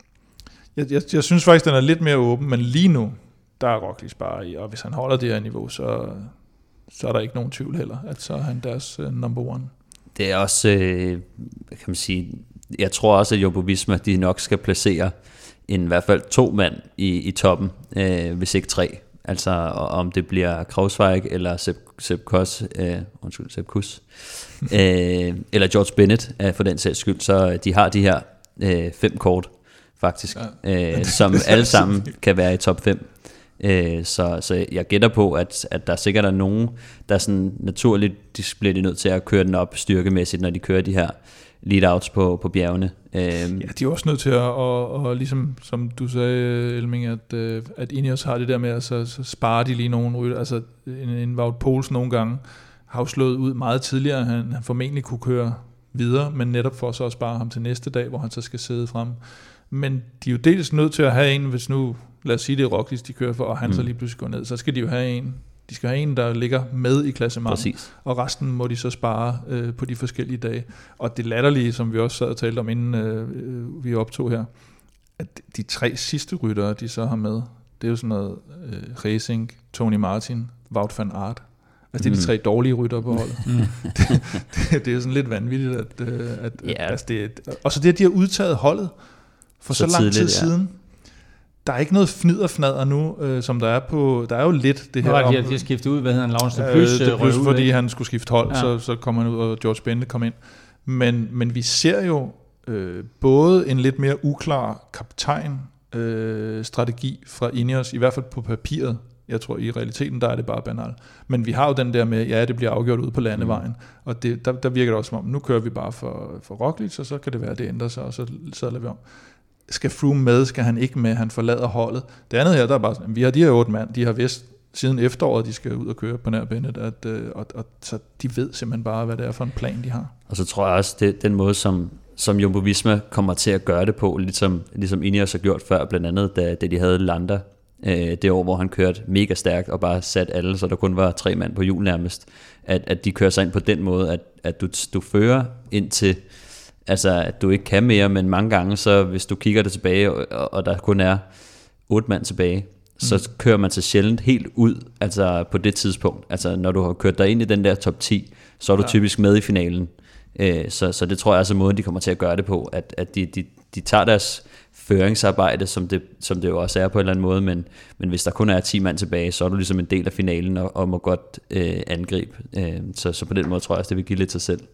jeg, jeg, jeg synes faktisk, den er lidt mere åben, men lige nu, der er Roglic bare i, og hvis han holder det her niveau, så, så er der ikke nogen tvivl heller, at så er han deres uh, number one. Det er også, øh, kan man sige, jeg tror også, at Jumbo Visma, de nok skal placere en, i hvert fald to mand i, i toppen, øh, hvis ikke tre. Altså om det bliver Kruijswijk eller Sepp, Sepp Kuss, øh, undskyld, Sepp Kuss, øh, eller George Bennett, øh, for den sags skyld, så de har de her øh, fem kort, faktisk, ja. øh, som alle sammen kan være i top fem. Øh, så, så jeg gætter på, at, at der sikkert er nogen, der sådan naturligt, de bliver de nødt til at køre den op styrkemæssigt, når de kører de her lead-outs på, på bjergene. Øh, ja, de er også nødt til at, og, og ligesom, som du sagde, Elming, at, at Ineos har det der med, at så, så sparer de lige nogen rytter. Altså en, en Wout Poels nogle gange har jo slået ud meget tidligere, han, han formentlig kunne køre videre, men netop for så at spare ham til næste dag, hvor han så skal sidde frem. Men de er jo dels nødt til at have en, hvis nu, lad os sige det er Roglic, de kører for, og han mm. så lige pludselig går ned, så skal de jo have en, de skal have en, der ligger med i klassementet, og resten må de så spare øh, på de forskellige dage. Og det latterlige, som vi også sad og talte om, inden øh, vi optog her, at de tre sidste ryttere, de så har med, det er jo sådan noget øh, Racing, Tony Martin, Wout van Aert. Altså det er de tre dårlige ryttere på holdet. Mm. det, det, det er jo sådan lidt vanvittigt, at, at, yeah. at altså det, og så det, at de har udtaget holdet for så, så lang tidligt, tid siden. Ja. Der er ikke noget fnidderfnader nu, øh, som der er på. Der er jo lidt det her. Nå, om, de har skiftet ud, hvad hedder han, Lawrence de Plus, øh, plus ud, fordi ikke? han skulle skifte hold, ja. så, så kom han ud, og George Bennett kom ind. Men, men vi ser jo øh, både en lidt mere uklar kaptajn øh, strategi fra Ineos, i hvert fald på papiret. Jeg tror, i realiteten, der er det bare banalt. Men vi har jo den der med, ja, det bliver afgjort ude på landevejen. Mm. Og det, der, der virker det også som om, nu kører vi bare for, for Roglic, og så kan det være, at det ændrer sig, og så sadler vi om. Skal Froome med, skal han ikke med, han forlader holdet. Det andet her, der er bare sådan, vi har de her otte mand, de har vist siden efteråret, de skal ud og køre på nær Bennett, at, og, og, så de ved simpelthen bare, hvad det er for en plan, de har. Og så tror jeg også, det den måde, som, som Jumbo Visma kommer til at gøre det på, ligesom, ligesom Ineos har gjort før, blandt andet, da, da de havde Landa, øh, det år, hvor han kørte mega stærkt, og bare satte alle, så der kun var tre mand på hjul nærmest, at, at de kører sig ind på den måde, at, at du, du fører ind til, altså at du ikke kan mere, men mange gange, så hvis du kigger det tilbage, og, og der kun er otte mand tilbage, så mm. kører man sig sjældent helt ud, altså på det tidspunkt. Altså når du har kørt dig ind i den der top ti, så er du ja. typisk med i finalen. Øh, så, så det tror jeg også er måden, de kommer til at gøre det på, at, at de, de, de tager deres føringsarbejde, som det, som det jo også er på en eller anden måde, men, men hvis der kun er ti mand tilbage, så er du ligesom en del af finalen, og, og må godt øh, angribe. Øh, så, så på den måde tror jeg også, det vil give lidt sig selv.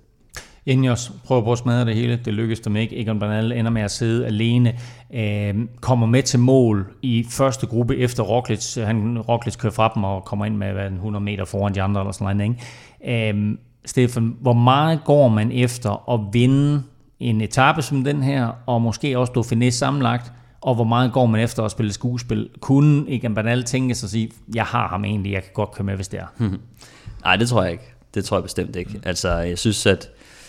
Ineos prøver på at smadre det hele, det lykkes dem ikke. Egan Bernal ender med at sidde alene, øh, kommer med til mål i første gruppe efter Roglic. Han, Roglic kører fra dem og kommer ind med hvad, hundrede meter foran de andre, eller sådan noget, ikke? Øh, Stefan, hvor meget går man efter at vinde en etape som den her, og måske også Dauphiné sammenlagt, og hvor meget går man efter at spille skuespil? Kunne Egan Bernal tænke sig at sige, jeg har ham egentlig, jeg kan godt køre med, hvis det er? Hmm. Nej, det tror jeg ikke. Det tror jeg bestemt ikke. Altså, jeg synes, at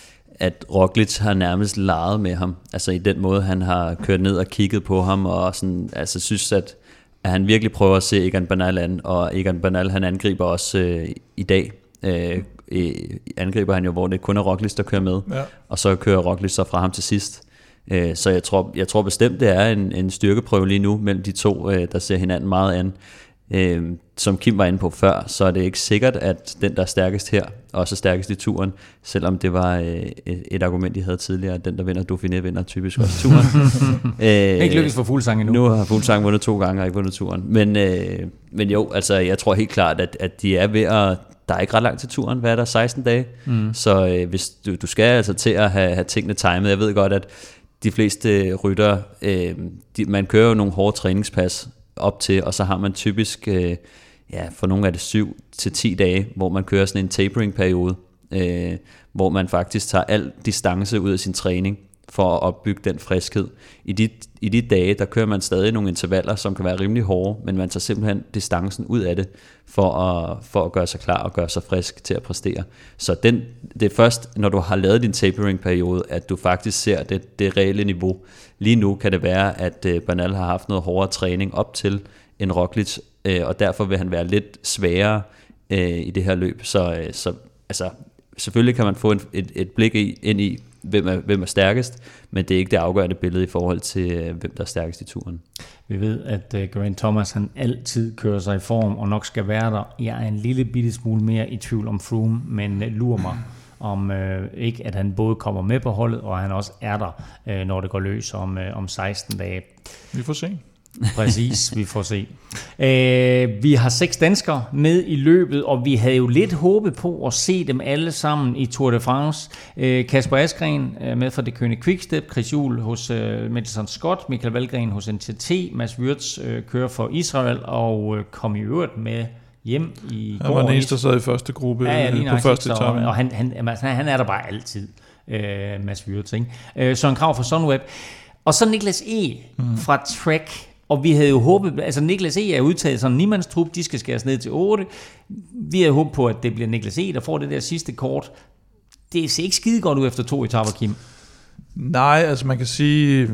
at Roglic har nærmest leget med ham, altså i den måde, han har kørt ned og kigget på ham, og sådan, altså synes, at, at han virkelig prøver at se Egan Bernal an, og Egan Bernal, han angriber også øh, i dag, øh, angriber han jo, hvor det kun er Roglic, der kører med, ja. Og så kører Roglic så fra ham til sidst. Øh, så jeg tror, jeg tror bestemt, det er en, en styrkeprøve lige nu, mellem de to, øh, der ser hinanden meget an. Øh, som Kim var inde på før, så er det ikke sikkert, at den, der er stærkest her, også er stærkest i turen, selvom det var øh, et argument, de havde tidligere, at den, der vinder Dauphiné, vinder typisk også turen. øh, ikke lykkes for Fuglsang endnu. Nu har Fuglsang vundet to gange og ikke vundet turen. Men, øh, men jo, altså jeg tror helt klart, at, at de er ved at, der er ikke ret langt til turen, hvad er der, seksten dage? Mm. Så øh, hvis du, du skal altså til at have, have tingene timet, jeg ved godt, at de fleste rytter, øh, de, man kører jo nogle hårde træningspas op til, og så har man typisk, øh, ja, for nogle er det syv til ti dage, hvor man kører sådan en tapering-periode, øh, hvor man faktisk tager al distance ud af sin træning, for at opbygge den friskhed. I de, i de dage, der kører man stadig nogle intervaller, som kan være rimelig hårde, men man tager simpelthen distancen ud af det, for at, for at gøre sig klar og gøre sig frisk til at præstere. Så den, det er først, når du har lavet din tapering-periode, at du faktisk ser det, det reelle niveau. Lige nu kan det være, at Bernal har haft noget hårdere træning op til en Roglic, og derfor vil han være lidt sværere i det her løb. Så, så altså, selvfølgelig kan man få et, et blik i, ind i, Hvem er, hvem er stærkest, men det er ikke det afgørende billede i forhold til, hvem der er stærkest i turen. Vi ved, at uh, Geraint Thomas han altid kører sig i form, og nok skal være der. Jeg er en lille bitte smule mere i tvivl om Froome, men uh, lurer mig om uh, ikke, at han både kommer med på holdet, og han også er der, uh, når det går løs om, uh, om seksten dage. Vi får se. Præcis, vi får se. Øh, vi har seks danskere med i løbet, og vi havde jo lidt håbet på at se dem alle sammen i Tour de France. Øh, Kasper Asgreen øh, med fra Det Kønne Quickstep, Chris Juhl hos øh, Madison Scott, Michael Valgren hos N T T, Mads Wirtz øh, kører for Israel og øh, kom i øvrigt med hjem i går. Han var den eneste, der sad i første gruppe ja, ja, på første etape. Og, og han, han, han er der bare altid, øh, Mads Wirtz. Ikke? Øh, Søren Kragh fra Sunweb. Og så Niklas E. Mm. fra Trek. Og vi havde jo håbet, altså Niklas E. er udtaget sådan en niemandstrup, de skal skæres ned til otte. Vi havde håbet på, at det bliver Niklas E., der får det der sidste kort. Det ser ikke skide godt ud efter to etaper, Kim. Nej, altså man kan sige,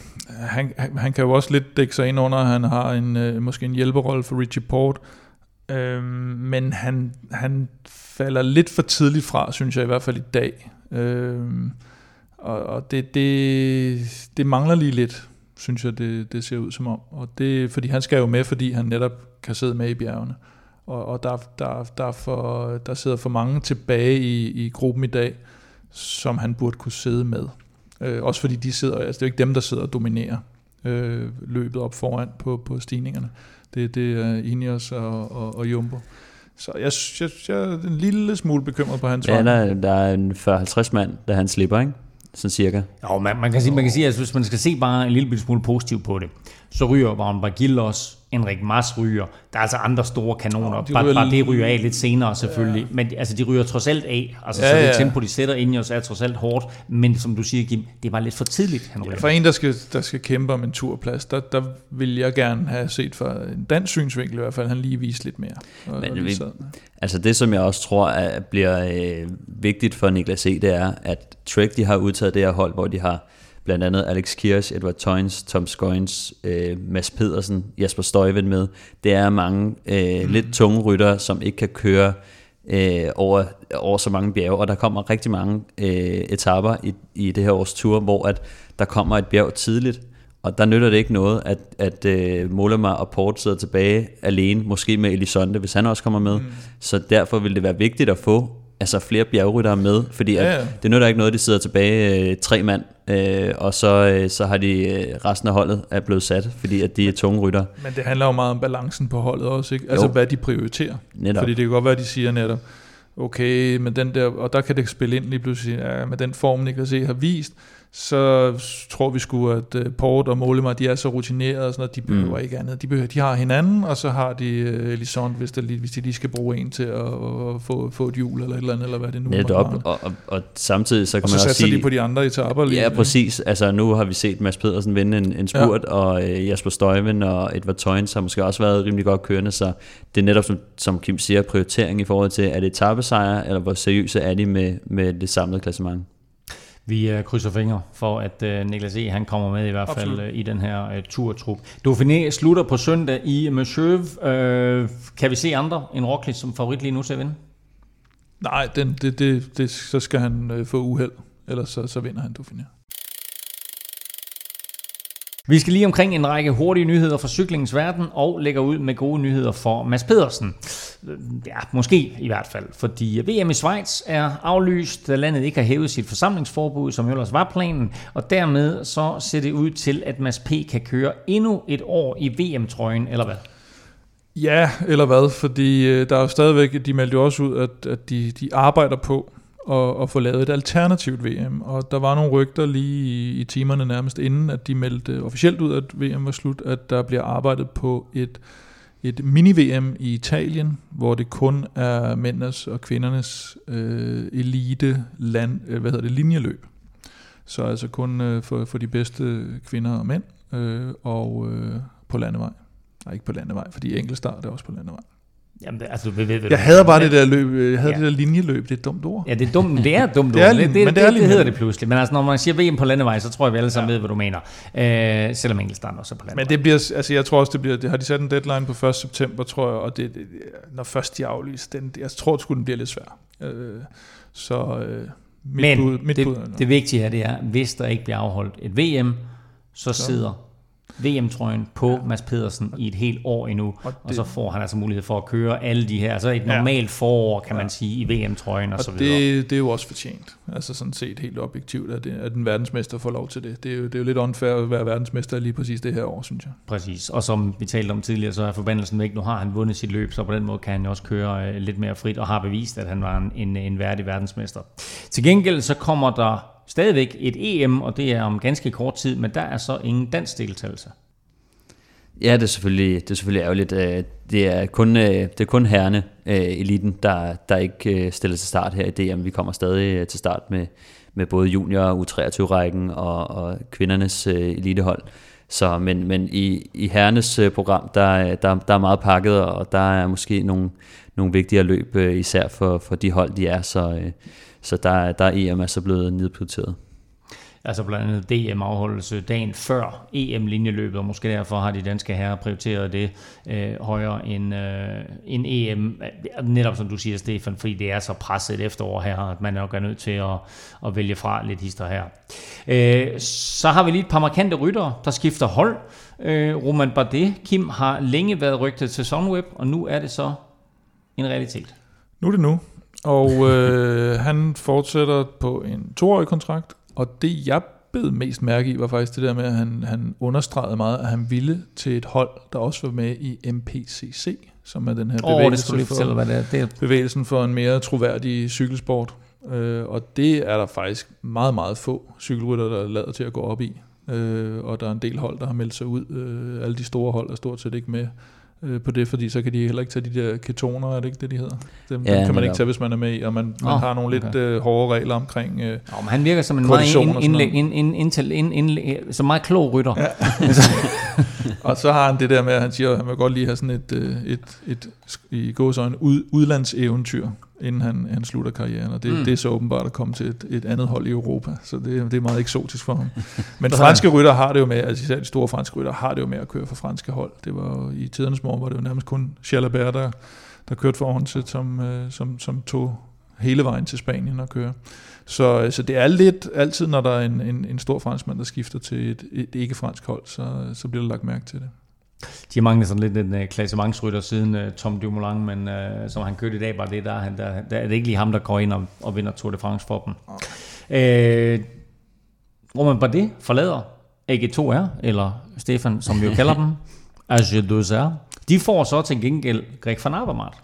han, han kan jo også lidt dække sig ind under, at han har en, måske en hjælperolle for Richie Porte. Øhm, men han, han falder lidt for tidligt fra, synes jeg i hvert fald i dag. Øhm, og og det, det, det mangler lige lidt, synes jeg, det, det ser ud som om. Og det, fordi han skal jo med, fordi han netop kan sidde med i bjergene. Og, og der, der, der, for, der sidder for mange tilbage i, i gruppen i dag, som han burde kunne sidde med. Øh, også fordi de sidder, altså det er jo ikke dem, der sidder og dominerer øh, løbet op foran på, på stigningerne. Det, det er Ineos og, og, og Jumbo. Så jeg, jeg, jeg er en lille smule bekymret på hans vej. Ja, der, der er en fyrre halvtreds mand, da han slipper, ikke? Sådan cirka. Jo, man, man kan sige, man kan sige, at hvis man skal se bare en lille smule positivt på det, så ryger Wout Barguil også, Enric Mas ryger, der er altså andre store kanoner, de bare, bare det ryger af lidt senere selvfølgelig, ja. Men altså de ryger trods alt af, altså ja, så det ja. tempo de sætter ind i os er trods alt hårdt, men som du siger, Kim, det var lidt for tidligt, han ryger. Ja, for en, der skal, der skal kæmpe om en turplads, der, der vil jeg gerne have set fra en dansk synsvinkel i hvert fald, han lige viste lidt mere. Og, men, og vi, altså det, som jeg også tror er, bliver øh, vigtigt for Niklas E., det er, at Trek, de har udtaget det her hold, hvor de har blandt andet Alex Kirch, Edward Theuns, Tom Scoins, øh, Mads Pedersen, Jasper Stuyven med. Det er mange øh, mm. lidt tunge ryttere, som ikke kan køre øh, over, over så mange bjerge, og der kommer rigtig mange øh, etaper i, i det her års tur, hvor at der kommer et bjerg tidligt, og der nytter det ikke noget, at, at øh, Mollema og Porte sidder tilbage alene, måske med Elisonde, hvis han også kommer med. Mm. Så derfor vil det være vigtigt at få altså flere bjergryttere med, fordi at ja, ja. det nytter ikke noget, de sidder tilbage øh, tre mand, øh, og så, øh, så har de øh, resten af holdet er blevet sat, fordi at de er tunge ryttere. Men det handler jo meget om balancen på holdet også, ikke? Altså jo. Hvad de prioriterer. Netop. Fordi det kan godt være, at de siger netop, okay, med den der, og der kan det spille ind lige pludselig, ja, med den form, Niklas E. har vist, så tror vi sgu, at uh, Porte og Mollema, de er så rutinerede og sådan noget, de behøver mm. ikke andet. De, behøver, de har hinanden, og så har de uh, Elisond, hvis, der, hvis de lige skal bruge en til at, at få, få et hjul eller et eller andet, eller hvad det nu er. Netop, og, og, og samtidig så kan og man så også sige... Og så de på de andre etaper. Ja, præcis. Altså nu har vi set Mads Pedersen vinde en, en spurt, ja. og uh, Jasper Stuyven og Edward Theuns har måske også været rimelig godt kørende, så det er netop, som, som Kim siger, prioritering i forhold til, er det etapesejre, eller hvor seriøse er de med, med det samlede klassement? Vi uh, krydser fingre for, at uh, Niklas E. han kommer med i hvert fald uh, i den her uh, turtrup. Dauphiné slutter på søndag i Mercier. Uh, kan vi se andre end Roglic som favorit lige nu til at vinde? Nej, den, det, det, det, så skal han uh, få uheld, ellers så, så vinder han Dauphiné. Vi skal lige omkring en række hurtige nyheder fra cyklingens verden, og lægger ud med gode nyheder for Mads Pedersen. Ja, måske i hvert fald, fordi V M i Schweiz er aflyst, da landet ikke har hævet sit forsamlingsforbud, som ellers var planen, og dermed så ser det ud til, at Mads P. kan køre endnu et år i V M-trøjen, eller hvad? Ja, eller hvad, fordi der er jo stadigvæk, de meldte jo også ud, at, at de, de arbejder på og, og få lavet et alternativt V M, og der var nogle rygter lige i, i timerne nærmest inden, at de meldte officielt ud, at V M var slut, at der bliver arbejdet på et, et mini-V M i Italien, hvor det kun er mændenes og kvindernes øh, elite land, øh, hvad hedder det, linjeløb. Så altså kun øh, for, for de bedste kvinder og mænd, øh, og øh, på landevej. Nej, ikke på landevej, fordi enkeltstart er også på landevej. Jamen, altså, ved, ved, ved, jeg havde bare det der løb, jeg havde ja. det der linjeløb, det er et dumt ord. Ja, det er dumt, det er et dumt det er, ord. Det, det, men det, det, er det, det hedder det pludselig. Men altså, når man siger V M på landevej, så tror jeg, vi alle sammen ja. ved, hvad du mener. Øh, selvom enkeltstart også er på landevej. Men det bliver, altså jeg tror også, det bliver, det har de sat en deadline på første september, tror jeg, og det, det, når først de aflyser den, jeg tror, det den bliver lidt svær. Øh, så øh, mit Men bud, mit det, bud, det vigtige her, det er, hvis der ikke bliver afholdt et V M, så, så. sidder V M-trøjen på ja. Mads Pedersen i et helt år endnu, og, det, og så får han altså mulighed for at køre alle de her, altså et normalt ja. forår, kan man ja. sige, i V M-trøjen og, og så videre. Det, det er jo også fortjent, altså sådan set helt objektivt, at, det, at en verdensmester får lov til det. Det er jo, det er jo lidt unfair at være verdensmester lige præcis det her år, synes jeg. Præcis, og som vi talte om tidligere, så er forbandelsen væk. Nu har han vundet sit løb, så på den måde kan han jo også køre lidt mere frit, og har bevist, at han var en, en, en værdig verdensmester. Til gengæld så kommer der stadigvæk et E M, og det er om ganske kort tid, men der er så ingen dansk deltagelse. Ja, det er selvfølgelig, det er selvfølgelig ærgerligt. Det er kun, det er kun herrene, eliten, der, der ikke stiller til start her i D M. Vi kommer stadig til start med, med både junior- og U treogtyve-rækken og, og kvindernes elitehold. Så, men men i, i herrenes program, der, der, der er meget pakket, og der er måske nogle, nogle vigtigere løb, især for, for de hold, de er. Så, så der, der er E M altså blevet nedprioriteret. Altså blandt andet D M-afholdelse dagen før E M-linjeløbet, og måske derfor har de danske herrer prioriteret det øh, højere end, øh, end E M. Netop som du siger, Stefan, fordi det er så presset et efterår her, at man nok er nødt til at, at vælge fra lidt hister her. Øh, så har vi lige et par markante ryttere, der skifter hold. Øh, Romain Bardet, Kim, har længe været rygtet til Sunweb, og nu er det så en realitet. Nu er det nu, og øh, han fortsætter på en toårig kontrakt. Og det, jeg bed mest mærke i, var faktisk det der med, at han, han understregede meget, at han ville til et hold, der også var med i M P C C, som er den her bevægelse, oh, det skulle for, fortælle, hvad det er. Det er bevægelsen for en mere troværdig cykelsport. Øh, og det er der faktisk meget, meget få cykelrytter, der er lavet til at gå op i. Øh, og der er en del hold, der har meldt sig ud. Øh, alle de store hold er stort set ikke med på det, fordi så kan de heller ikke tage de der ketoner, er det ikke det, de hedder? Dem, ja, dem kan man ikke tage, hvis man er med i, og man, man oh, har nogle lidt okay. uh, hårde regler omkring uh, oh, men han virker som en meget, ind, indlæg, ind, ind, ind, ind, ind, som meget klog rytter. Ja. Og så har han det der med, at han siger, at han vil godt lige have sådan et, et, et, et i gåseøjne ud, udlandseventyr, inden han, han slutter karrieren, og det, mm. det er så åbenbart at komme til et, et andet hold i Europa, så det, det er meget eksotisk for ham. Men franske rytter har det jo med, altså især de store franske rytter har det jo med at køre for franske hold. Det var jo, i tidernes morgen var det jo nærmest kun Jalabert, der, der kørte for Onset, som, som, som tog hele vejen til Spanien og køre. Så, så det er lidt altid, når der er en, en, en stor franskmand, der skifter til et, et ikke-fransk hold, så, så bliver der lagt mærke til det. De har manglet sådan lidt en uh, klassementsrytter siden uh, Tom Dumoulin, men uh, som han kørte i dag, var det der, han, der, der er det ikke lige ham, der går ind og, og vinder Tour de France for dem. Okay. Uh, Romain Bardet forlader A G to R, eller Stefan, som vi jo kalder dem, A G to R. De får så til gengæld Greg van Avermaet.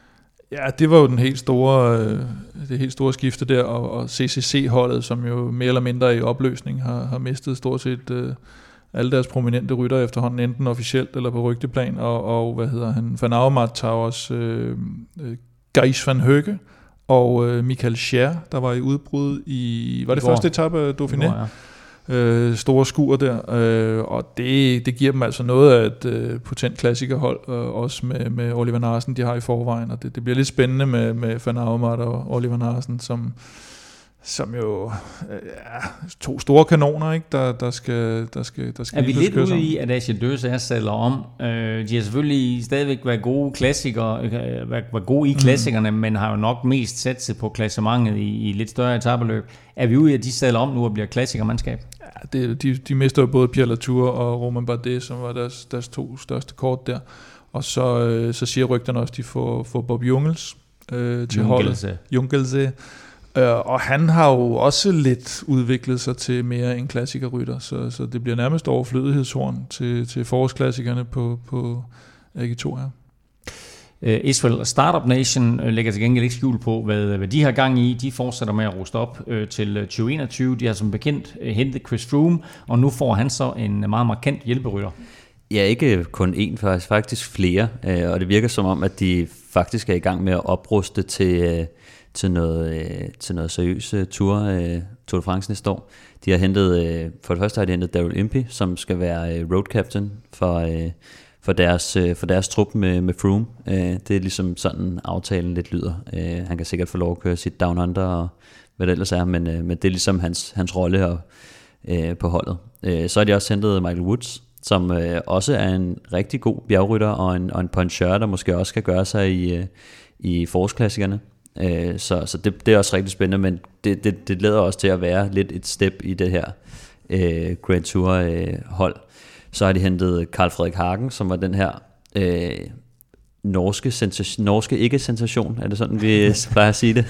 Ja, det var jo den helt store, øh, det helt store skifte der, og, og C C C-holdet, som jo mere eller mindre i opløsning har, har mistet stort set øh, alle deres prominente rytter efterhånden, enten officielt eller på rygteplan, og, og hvad hedder han, Van Avermaet tager også øh, øh, Gijs van Høge og øh, Michael Scher, der var i udbrud i, var det I første etape af Dauphiné? Ja. Øh, store skuer der, øh, og det, det giver dem altså noget af et øh, potent klassikerhold, øh, også med, med Oliver Narsen, de har i forvejen, og det, det bliver lidt spændende med, med Van Avermaet og Oliver Narsen, som, som jo øh, ja, to store kanoner, ikke? Der, der skal, der skal, der skal er vi lidt ude i, at Asje Døse er sadler om? Øh, de har selvfølgelig stadigvæk været gode klassikere, øh, været gode i klassikerne, mm. men har jo nok mest satset på klassementet i, i lidt større etapeløb. Er vi ude i, at de sadler om nu og bliver klassikermandskab? Ja, det, de, de mister jo både Pierre Latour og Romain Bardet, som var deres, deres to største kort der. Og så, øh, så siger rygterne også, at de får, får Bob Jungels øh, til holdet. Jungelse. Uh, og han har jo også lidt udviklet sig til mere en klassikerrytter, så, så det bliver nærmest overflødighedshorn til, til forårsklassikerne på, på A G to R. Uh, Israel Startup Nation uh, lægger til gengæld ikke skjul på, hvad, hvad de har gang i. De fortsætter med at ruste op uh, til tyve enogtyve. De har som bekendt uh, hentet Chris Froome, og nu får han så en meget markant hjælperytter. Ja, ikke kun én, faktisk, faktisk flere, uh, og det virker som om, at de faktisk er i gang med at opruste til... Uh, til noget, øh, til noget seriøs øh, tour, øh, Tour de France næste år. De har hentet, øh, for det første har de hentet Daryl Impey, som skal være øh, road captain for, øh, for, deres, øh, for deres trup med, med Froome. Øh, det er ligesom sådan aftalen lidt lyder. Øh, han kan sikkert få lov at køre sit Down Under og hvad det ellers er, men, øh, men det er ligesom hans, hans rolle og, øh, på holdet. Øh, så har de også hentet Michael Woods, som øh, også er en rigtig god bjergrytter og en, og en puncheur, der måske også kan gøre sig i, øh, i forårsklassikerne. Øh, så så det, det er også rigtig spændende, men det, det, det leder også til at være lidt et step i det her øh, Grand Tour øh, hold. Så har de hentet Carl Frederik Hagen, som var den her øh, norske, sensation, norske ikke-sensation, er det sådan, vi plejer at sige det,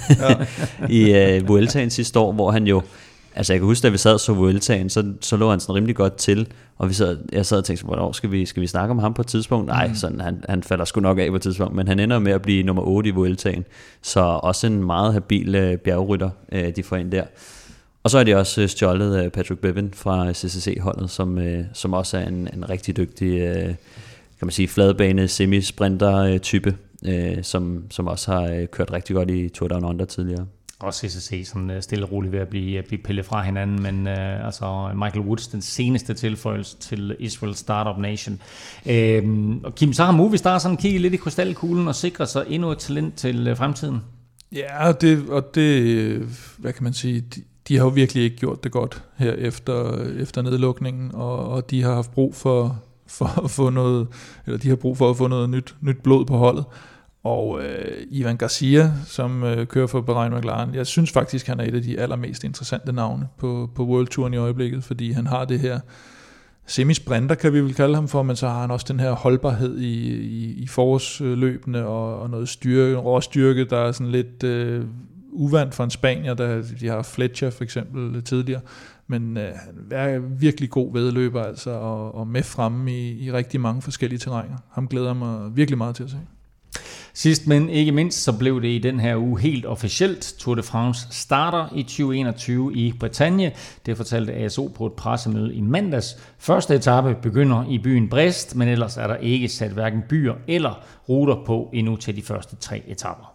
i øh, Vueltaen sidste år, hvor han jo, altså jeg kan huske, da vi sad og så Vueltaen, så, så lå han sådan rimelig godt til, og vi sad, jeg sad og tænkte, hvornår skal vi, skal vi snakke om ham på et tidspunkt? Nej, sådan, han, han falder sgu nok af på et tidspunkt, men han ender med at blive nummer otte i Vueltaen, så også en meget habil øh, bjergrytter, øh, de får ind der. Og så har de også øh, stjålet øh, Patrick Bevin fra C C C-holdet, som, øh, som også er en, en rigtig dygtig, øh, kan man sige, fladbane semisprinter-type, øh, som, som også har øh, kørt rigtig godt i Tour Down Under tidligere. Og C C C sådan uh, stille og roligt ved at blive, blive pillet fra hinanden, men uh, altså Michael Woods, den seneste tilføjelse til Israel Startup Nation. Uh, og Kim, så har Movistar sådan kigget lidt i krystalkuglen og sikret sig endnu et talent til uh, fremtiden. Ja, og det, og det, hvad kan man sige, de, de har jo virkelig ikke gjort det godt her efter, efter nedlukningen, og, og de har haft brug for, for at få noget, eller de har brug for at få noget nyt, nyt blod på holdet. Og øh, Ivan Garcia, som øh, kører for Bahrain McLaren, jeg synes faktisk, han er et af de allermest interessante navne på, på World Touren i øjeblikket, fordi han har det her semisprinter, kan vi vel kalde ham for, men så har han også den her holdbarhed i, i, i forårsløbene og, og noget styrke, råstyrke, der er sådan lidt øh, uvant for en spanier, der de har Fletcher for eksempel tidligere, men øh, han er virkelig god vedløber altså, og, og med fremme i, i rigtig mange forskellige terrænger. Ham glæder mig virkelig meget til at se. Sidst, men ikke mindst, så blev det i den her uge helt officielt. Tour de France starter i tyve enogtyve i Bretagne. Det fortalte A S O på et pressemøde i mandags. Første etape begynder i byen Brest, men ellers er der ikke sat hverken byer eller ruter på endnu til de første tre etaper.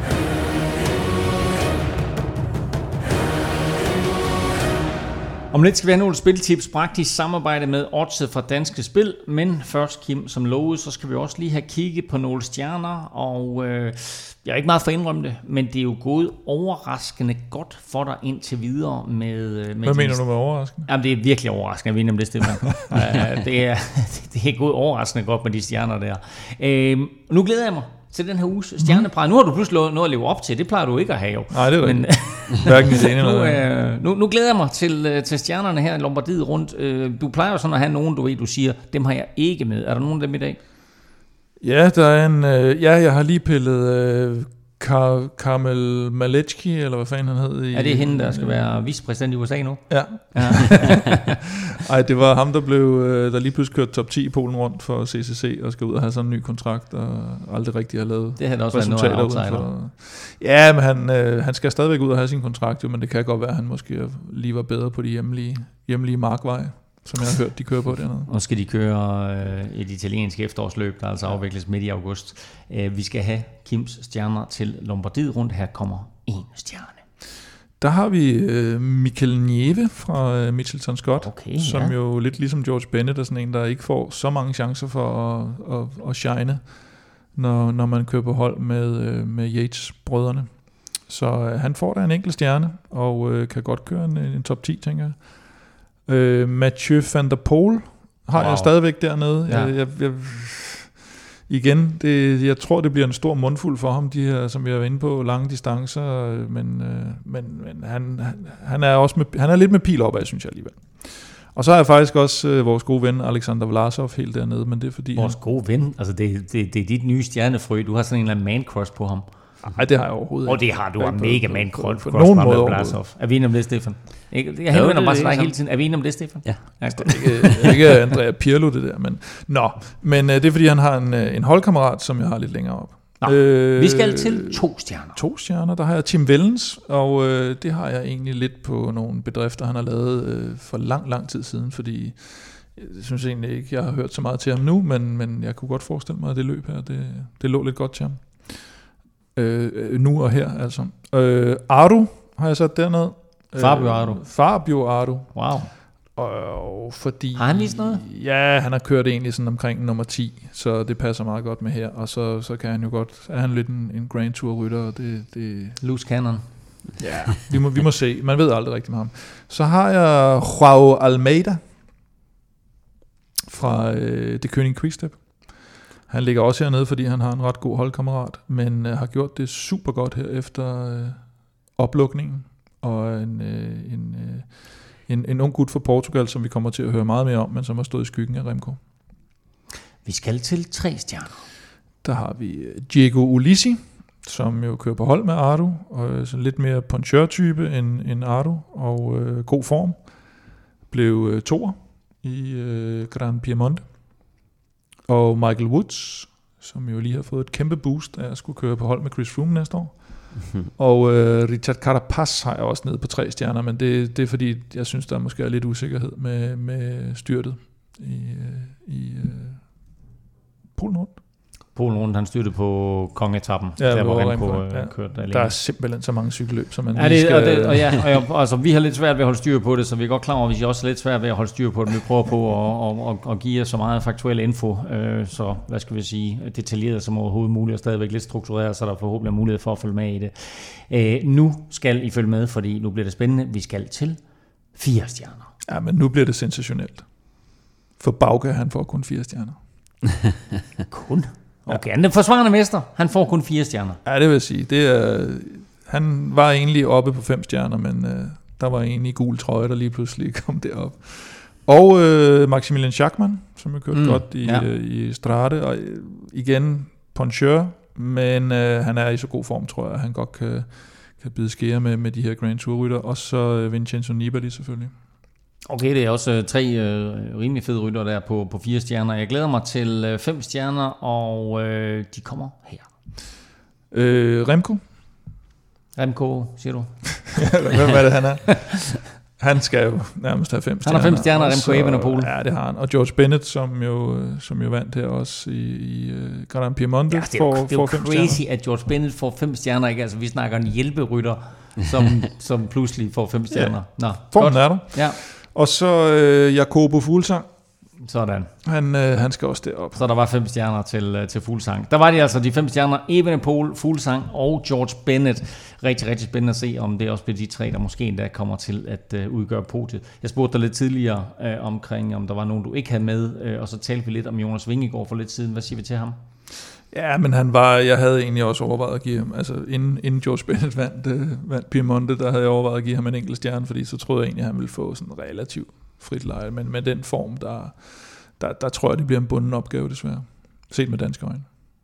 Om lidt skal vi have nogle spiltips, praktisk samarbejde med Oddset fra Danske Spil, men først, Kim, som lovet, så skal vi også lige have kigget på nogle stjerner, og øh, jeg er ikke meget for at indrømme det, men det er jo gået overraskende godt for dig indtil videre med... med Hvad mener du med overraskende? Jamen, det er virkelig overraskende, at vi om det, Stefan. uh, det, er, det er gået overraskende godt med de stjerner der. Uh, nu glæder jeg mig til den her uges stjernepræg. Nu har du pludselig noget at leve op til. Det plejer du ikke at have jo. Nej, det er men, hverken det ene nu, øh, nu, nu glæder jeg mig til, til stjernerne her i Lombardiet rundt. Øh, du plejer jo sådan at have nogen, du ved, du siger, dem har jeg ikke med. Er der nogen af dem i dag? Ja, der er en... Øh, ja, jeg har lige pillet øh, Kar- Carmel Malechki, eller hvad fanden han hed. I, er det hende, der skal være vicepræsident i U S A nu? Ja. ja. Ej, det var ham, der blev der lige pludselig kørt top ti i Polen rundt for C C C, og skal ud og have sådan en ny kontrakt, og aldrig rigtig har lavet det havde også været noget af for... Ja, men han, øh, han skal stadigvæk ud og have sin kontrakt, jo, men det kan godt være, at han måske lige var bedre på de hjemlige, hjemlige markveje, som jeg har hørt, de kører på dernede. Og skal de køre øh, et italiensk efterårsløb, der altså afvikles midt i august. Øh, vi skal have Kims stjerner til Lombardiet rundt. Her kommer en stjerne. Der har vi øh, Mikel Nieve fra øh, Mitchelton Scott, okay, som ja. jo lidt ligesom George Bennett er sådan en, der ikke får så mange chancer for at, at, at shine, når, når man kører på hold med, øh, med Yates-brødrene. Så øh, han får da en enkelt stjerne, og øh, kan godt køre en, en top ti, tænker jeg. Øh, Mathieu van der Poel har wow. jeg stadigvæk dernede. Ja. Jeg, jeg, jeg, igen, det, jeg tror, det bliver en stor mundfuld for ham, de her, som vi har været inde på, lange distancer, men, øh, men, men han, han, er også med, han er lidt med pil opad, synes jeg alligevel. Og så har jeg faktisk også øh, vores gode ven, Alexander Vlasov, helt dernede, men det er fordi... Vores han, gode ven? Altså, det, det, det er dit nye stjernefrø. Du har sådan en eller anden man-crush på ham. Nej, det har jeg overhovedet ikke. Og det har du, er mega man-crush på Vlasov. Er vi enige om det, Stefan? Jeg henvender bare til dig hele tiden. Er vi enige om det, Stefan? Ja. ja ikke, ikke Andrea Pirlo, det der. Men, nå, men øh, det er fordi, han har en, en holdkammerat, som jeg har lidt længere op. Nå, øh, vi skal til to stjerner. To stjerner, der har jeg Tim Wellens, og øh, det har jeg egentlig lidt på nogle bedrifter, han har lavet øh, for lang, lang tid siden, fordi jeg synes egentlig ikke, jeg har hørt så meget til ham nu, men, men jeg kunne godt forestille mig, at det løb her, det, det lå lidt godt til ham. øh, nu og her altså. Øh, Aru har jeg sat dernede. Fabio Aru. Øh, Fabio Aru. Wow. Og fordi... Har han lige sådan noget? Ja, han har kørt egentlig sådan omkring nummer ti, så det passer meget godt med her. Og så, så kan han jo godt... Er han lidt en, en Grand Tour-rytter, og det... det Loose cannon. Ja, vi må, vi må se. Man ved aldrig rigtigt med ham. Så har jeg Joao Almeida fra øh, The Koenig Quickstep. Han ligger også hernede, fordi han har en ret god holdkammerat, men øh, har gjort det super godt her efter øh, oplukningen. Og en, øh, en, øh, en, en ung gut fra Portugal, som vi kommer til at høre meget mere om, men som har stået i skyggen af Remco. Vi skal til tre stjerner. Der har vi Diego Ulissi, som jo kører på hold med Aru, og så lidt mere poncheur-type end, end Aru, og øh, god form. Blev øh, toer i øh, Gran Piemonte. Og Michael Woods, som jo lige har fået et kæmpe boost af at skulle køre på hold med Chris Froome næste år. Og øh, Richard Carapaz har jeg også nede på tre stjerner, men det, det er fordi, jeg synes, der måske er lidt usikkerhed med, med styrtet i, øh, i øh, Polen rundt. Polen rundt, han styrtede på kongetappen, ja, der hvor Remco ja. kørte der. Der er simpelthen så mange cykelløb, som man ja, lige det, skal... Og det, og ja, og, altså, vi har lidt svært ved at holde styr på det, så vi er godt klar over, at vi er også lidt svært ved at holde styr på det. Vi prøver på at, at, at, at give jer så meget faktuel info, øh, så hvad skal vi sige, detaljeret som overhovedet muligt, og stadigvæk lidt struktureret, så der forhåbentlig er mulighed for at følge med i det. Øh, nu skal I følge med, fordi nu bliver det spændende. Vi skal til fire stjerner. Ja, men nu bliver det sensationelt. For Bauke, han får kun fire stjerner. Kun? Okay, han er forsvarende mester. Han får kun fire stjerner. Ja, det vil jeg sige. Det er, han var egentlig oppe på fem stjerner, men øh, der var en i gul trøje, der lige pludselig kom derop. Og øh, Maximilian Schachmann, som har kørt mm, godt i, ja. øh, i Strade. Og øh, igen, poncheur, men øh, han er i så god form, tror jeg, at han godt kan, kan bide skære med, med de her Grand Tour-rytter. Og så øh, Vincenzo Nibali selvfølgelig. Okay, det er også øh, tre øh, rimelig fede rytter der på, på fire stjerner. Jeg glæder mig til øh, fem stjerner, og øh, de kommer her. Øh, Remco. Remco, siger du? Hvem er det, han er? Han skal jo nærmest have fem stjerner. Han har fem stjerner, Remco Evenepoel. Ja, det har han. Og George Bennett, som jo, som jo vandt her også i, i uh, Gran Piemonte, ja, det er får, jo, det er får jo fem crazy, stjerner. at George Bennett får fem stjerner. Ikke? Altså, vi snakker en hjælperytter, som, som pludselig får fem stjerner. Ja. Nå, formen er der. Ja. Og så øh, Jacopo Fuglsang. Sådan. Han, øh, han skal også derop. Så der var fem stjerner til, til Fuglsang. Der var de altså de fem stjerner, Evenepoel, Fuglsang og George Bennett. Rigtig, rigtig spændende at se, om det også bliver de tre, der måske endda kommer til at øh, udgøre podiet. Jeg spurgte dig lidt tidligere øh, omkring, om der var nogen, du ikke havde med, øh, og så talte vi lidt om Jonas Vingegaard for lidt siden. Hvad siger vi til ham? Ja, men han var, jeg havde egentlig også overvejet at give ham, altså inden, inden George Bennett vandt, øh, vandt Piemonte, der havde jeg overvejet at give ham en enkelt stjerne, fordi så troede jeg egentlig, at han ville få sådan relativt frit leje, men med den form, der, der, der tror jeg, det bliver en bunden opgave desværre, set med danske øjne.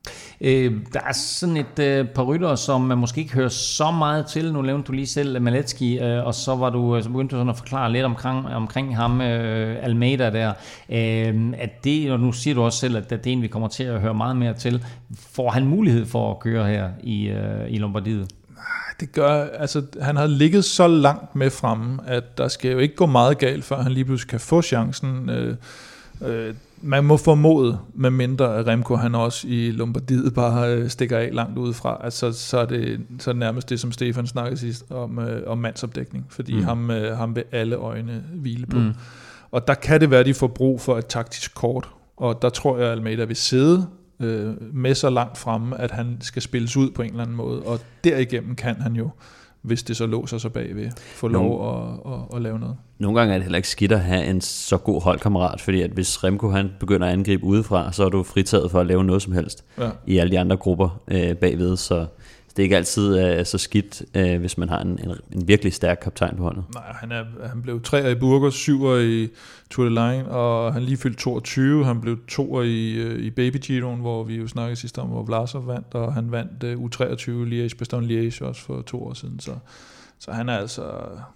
Øh, der er sådan et øh, par ryttere, som man måske ikke hører så meget til. Nu nævnte du lige selv Maletski, øh, og så var du så begyndte du sådan at forklare lidt omkring, omkring ham, øh, Almeida der. Øh, at det, og nu siger du også selv, at det er en, vi kommer til at høre meget mere til. Får han mulighed for at køre her i, øh, i Lombardiet? Det gør, altså han har ligget så langt med fremme, at der skal jo ikke gå meget galt, før han lige pludselig kan få chancen. Øh, øh, man må formode, med mindre at Remco han også i Lombardiet bare øh, stikker af langt udefra, altså så er det, så er det nærmest det, som Stefan snakkede sidst om, øh, om mandsopdækning, fordi mm. ham, øh, ham vil alle øjne hvile på. Mm. Og der kan det være, at de får brug for et taktisk kort, og der tror jeg, at Almeida vil sidde øh, med så langt fremme, at han skal spilles ud på en eller anden måde, og derigennem kan han jo, hvis det så låser sig bagved, få lov at, at, at lave noget. Nogle gange er det heller ikke skidt at have en så god holdkammerat, fordi at hvis Remco han begynder at angribe udefra, så er du fritaget for at lave noget som helst ja. i alle de andre grupper øh, bagved, så det er ikke altid øh, så skidt, øh, hvis man har en, en, en virkelig stærk kaptajn på holdet. Nej, han, er, han blev treer i Burgos, syver i Tour de Line, og han lige fyldt toogtyve. Han blev toer i, i Baby Giroen, hvor vi jo snakkede sidst om, hvor Vlasov vandt, og han vandt uh, U treogtyve Liège-Bastogne-Liège også for to år siden. Så, så han er altså...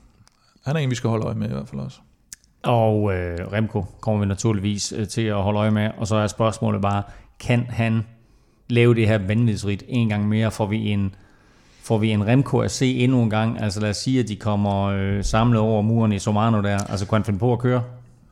Han er en, vi skal holde øje med i hvert fald også. Og øh, Remco kommer vi naturligvis øh, til at holde øje med, og så er spørgsmålet bare, kan han lave det her vanvidsrigt en gang mere? Får vi en, får vi en Remco at se endnu en gang? Altså lad os sige, at de kommer øh, samlet over muren i Somano der. Altså kunne han finde på at køre?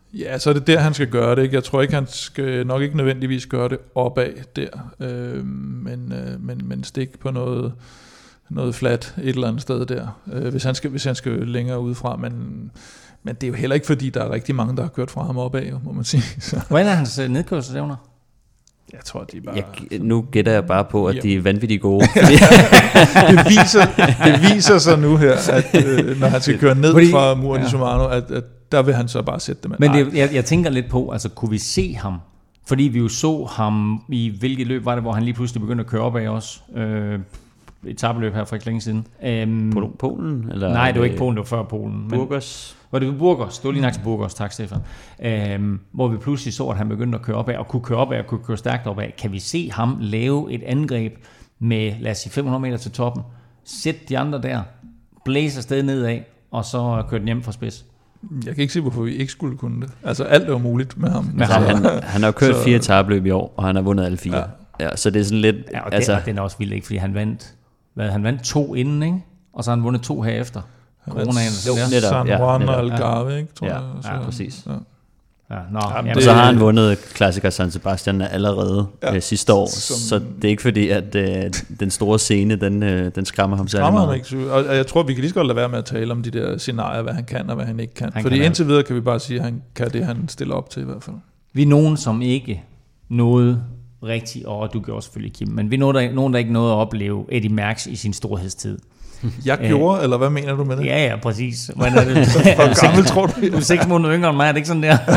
Ja, så er det der, han skal gøre det. Ikke? Jeg tror ikke, han skal nok ikke nødvendigvis gøre det opad der, øh, men, øh, men, men stik på noget, noget flat et eller andet sted der, øh, hvis, han skal, hvis han skal længere udefra. Men, men det er jo heller ikke, fordi der er rigtig mange, der har kørt fra ham opad, må man sige. Så. Hvordan er hans nedkørselsevner? Jeg tror, de bare... Jeg, nu gætter jeg bare på, at ja. de er vanvittigt gode. det, viser, det viser sig nu her, at øh, når han skal køre ned fordi, fra Muren ja. i Shimano, at, at der vil han så bare sætte det med. Men det, jeg, jeg tænker lidt på, altså kunne vi se ham? Fordi vi jo så ham i hvilket løb var det, hvor han lige pludselig begyndte at køre op af os. Øh, etapeløb her for ikke længe siden. Øhm, Polen? Eller nej, det var ikke Polen, det var før Polen. Burgos? Var det Burgos? Det var lige nok til Burgos, tak Stefan. Øhm, hvor vi pludselig så, at han begyndte at køre op af, og kunne køre op af, og kunne køre stærkt op af. Kan vi se ham lave et angreb med, lad os sige, fem hundrede meter til toppen, sætte de andre der, blæse afsted nedad, og så køre den hjem fra spids? Jeg kan ikke se, hvorfor vi ikke skulle kunne det. Altså alt er jo muligt med ham. Men altså, han, han har jo kørt så, fire etapløb i år, og han har vundet alle fire. Ja. Ja, så det er sådan lidt... Ja, og, altså, det, og den er også vildt, ikke? Fordi han vandt, hvad, han vandt to inden, ikke? Og så har han vundet to herefter. Coronaen, jo, netop, San Juan ja, og Algarve, ikke? Tror ja, jeg. Så, ja, præcis. Ja. Ja, nå, jamen, og så har han vundet klassiker San Sebastian allerede ja, øh, sidste år, som, så det er ikke fordi, at øh, den store scene, den, øh, den skræmmer ham særlig meget. Ikke, og jeg tror, vi kan lige så godt lade være med at tale om de der scenarier, hvad han kan og hvad han ikke kan. Han fordi kan indtil videre kan vi bare sige, at han kan det, han stiller op til i hvert fald. Vi er nogen, som ikke nåede rigtigt, og du gjorde selvfølgelig, Kim, men vi er nogen, der, nogen, der ikke nåede at opleve Eddie Merckx i sin storhedstid. Jeg gjorde, Æh, eller hvad mener du med det? Ja, ja, præcis. Hvordan er det? Hvor gammel tror du? Du er seks måneder yngre end mig, er det ikke sådan der?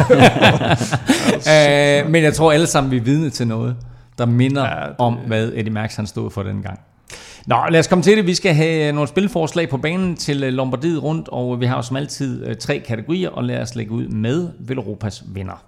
Æh, men jeg tror alle sammen, vi er vidne til noget, der minder ja, det... om, hvad Eddie Merckx han stod for den gang. Nå, lad os komme til det. Vi skal have nogle spilforslag på banen til Lombardiet rundt, og vi har jo som altid tre kategorier, og lad os lægge ud med Velropas vinder.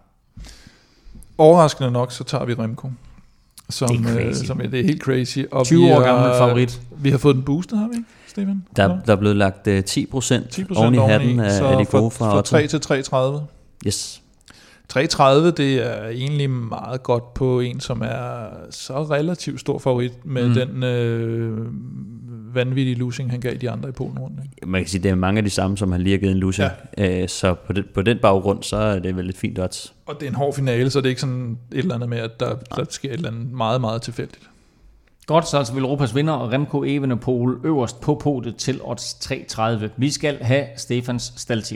Overraskende nok, så tager vi Remco. Som, det er crazy. Øh, som er, det er helt crazy. Og tyve år gammel favorit. Vi har fået den boostet, har vi ikke, Stefan? Der, der er blevet lagt uh, ti procent oven i hatten af, af de gode fra Otto. Så tre til tre tredive. Yes. tre tredive, det er egentlig meget godt på en, som er så relativt stor favorit med mm. den øh, vanvittige losing, han gav de andre i Polen rundt. Ikke? Man kan sige, det er mange af de samme, som han lige har givet en losing. Ja. Æ, så på, det, på den baggrund, så er det vel et fint odds. Og det er en hård finale, så det er ikke sådan et eller andet med, at der, der sker et eller andet meget, meget tilfældigt. Godt, så altså Velropas vinder og Remco Evenepoel øverst på podiet til odds tre tredive. Vi skal have Stefans staldtip.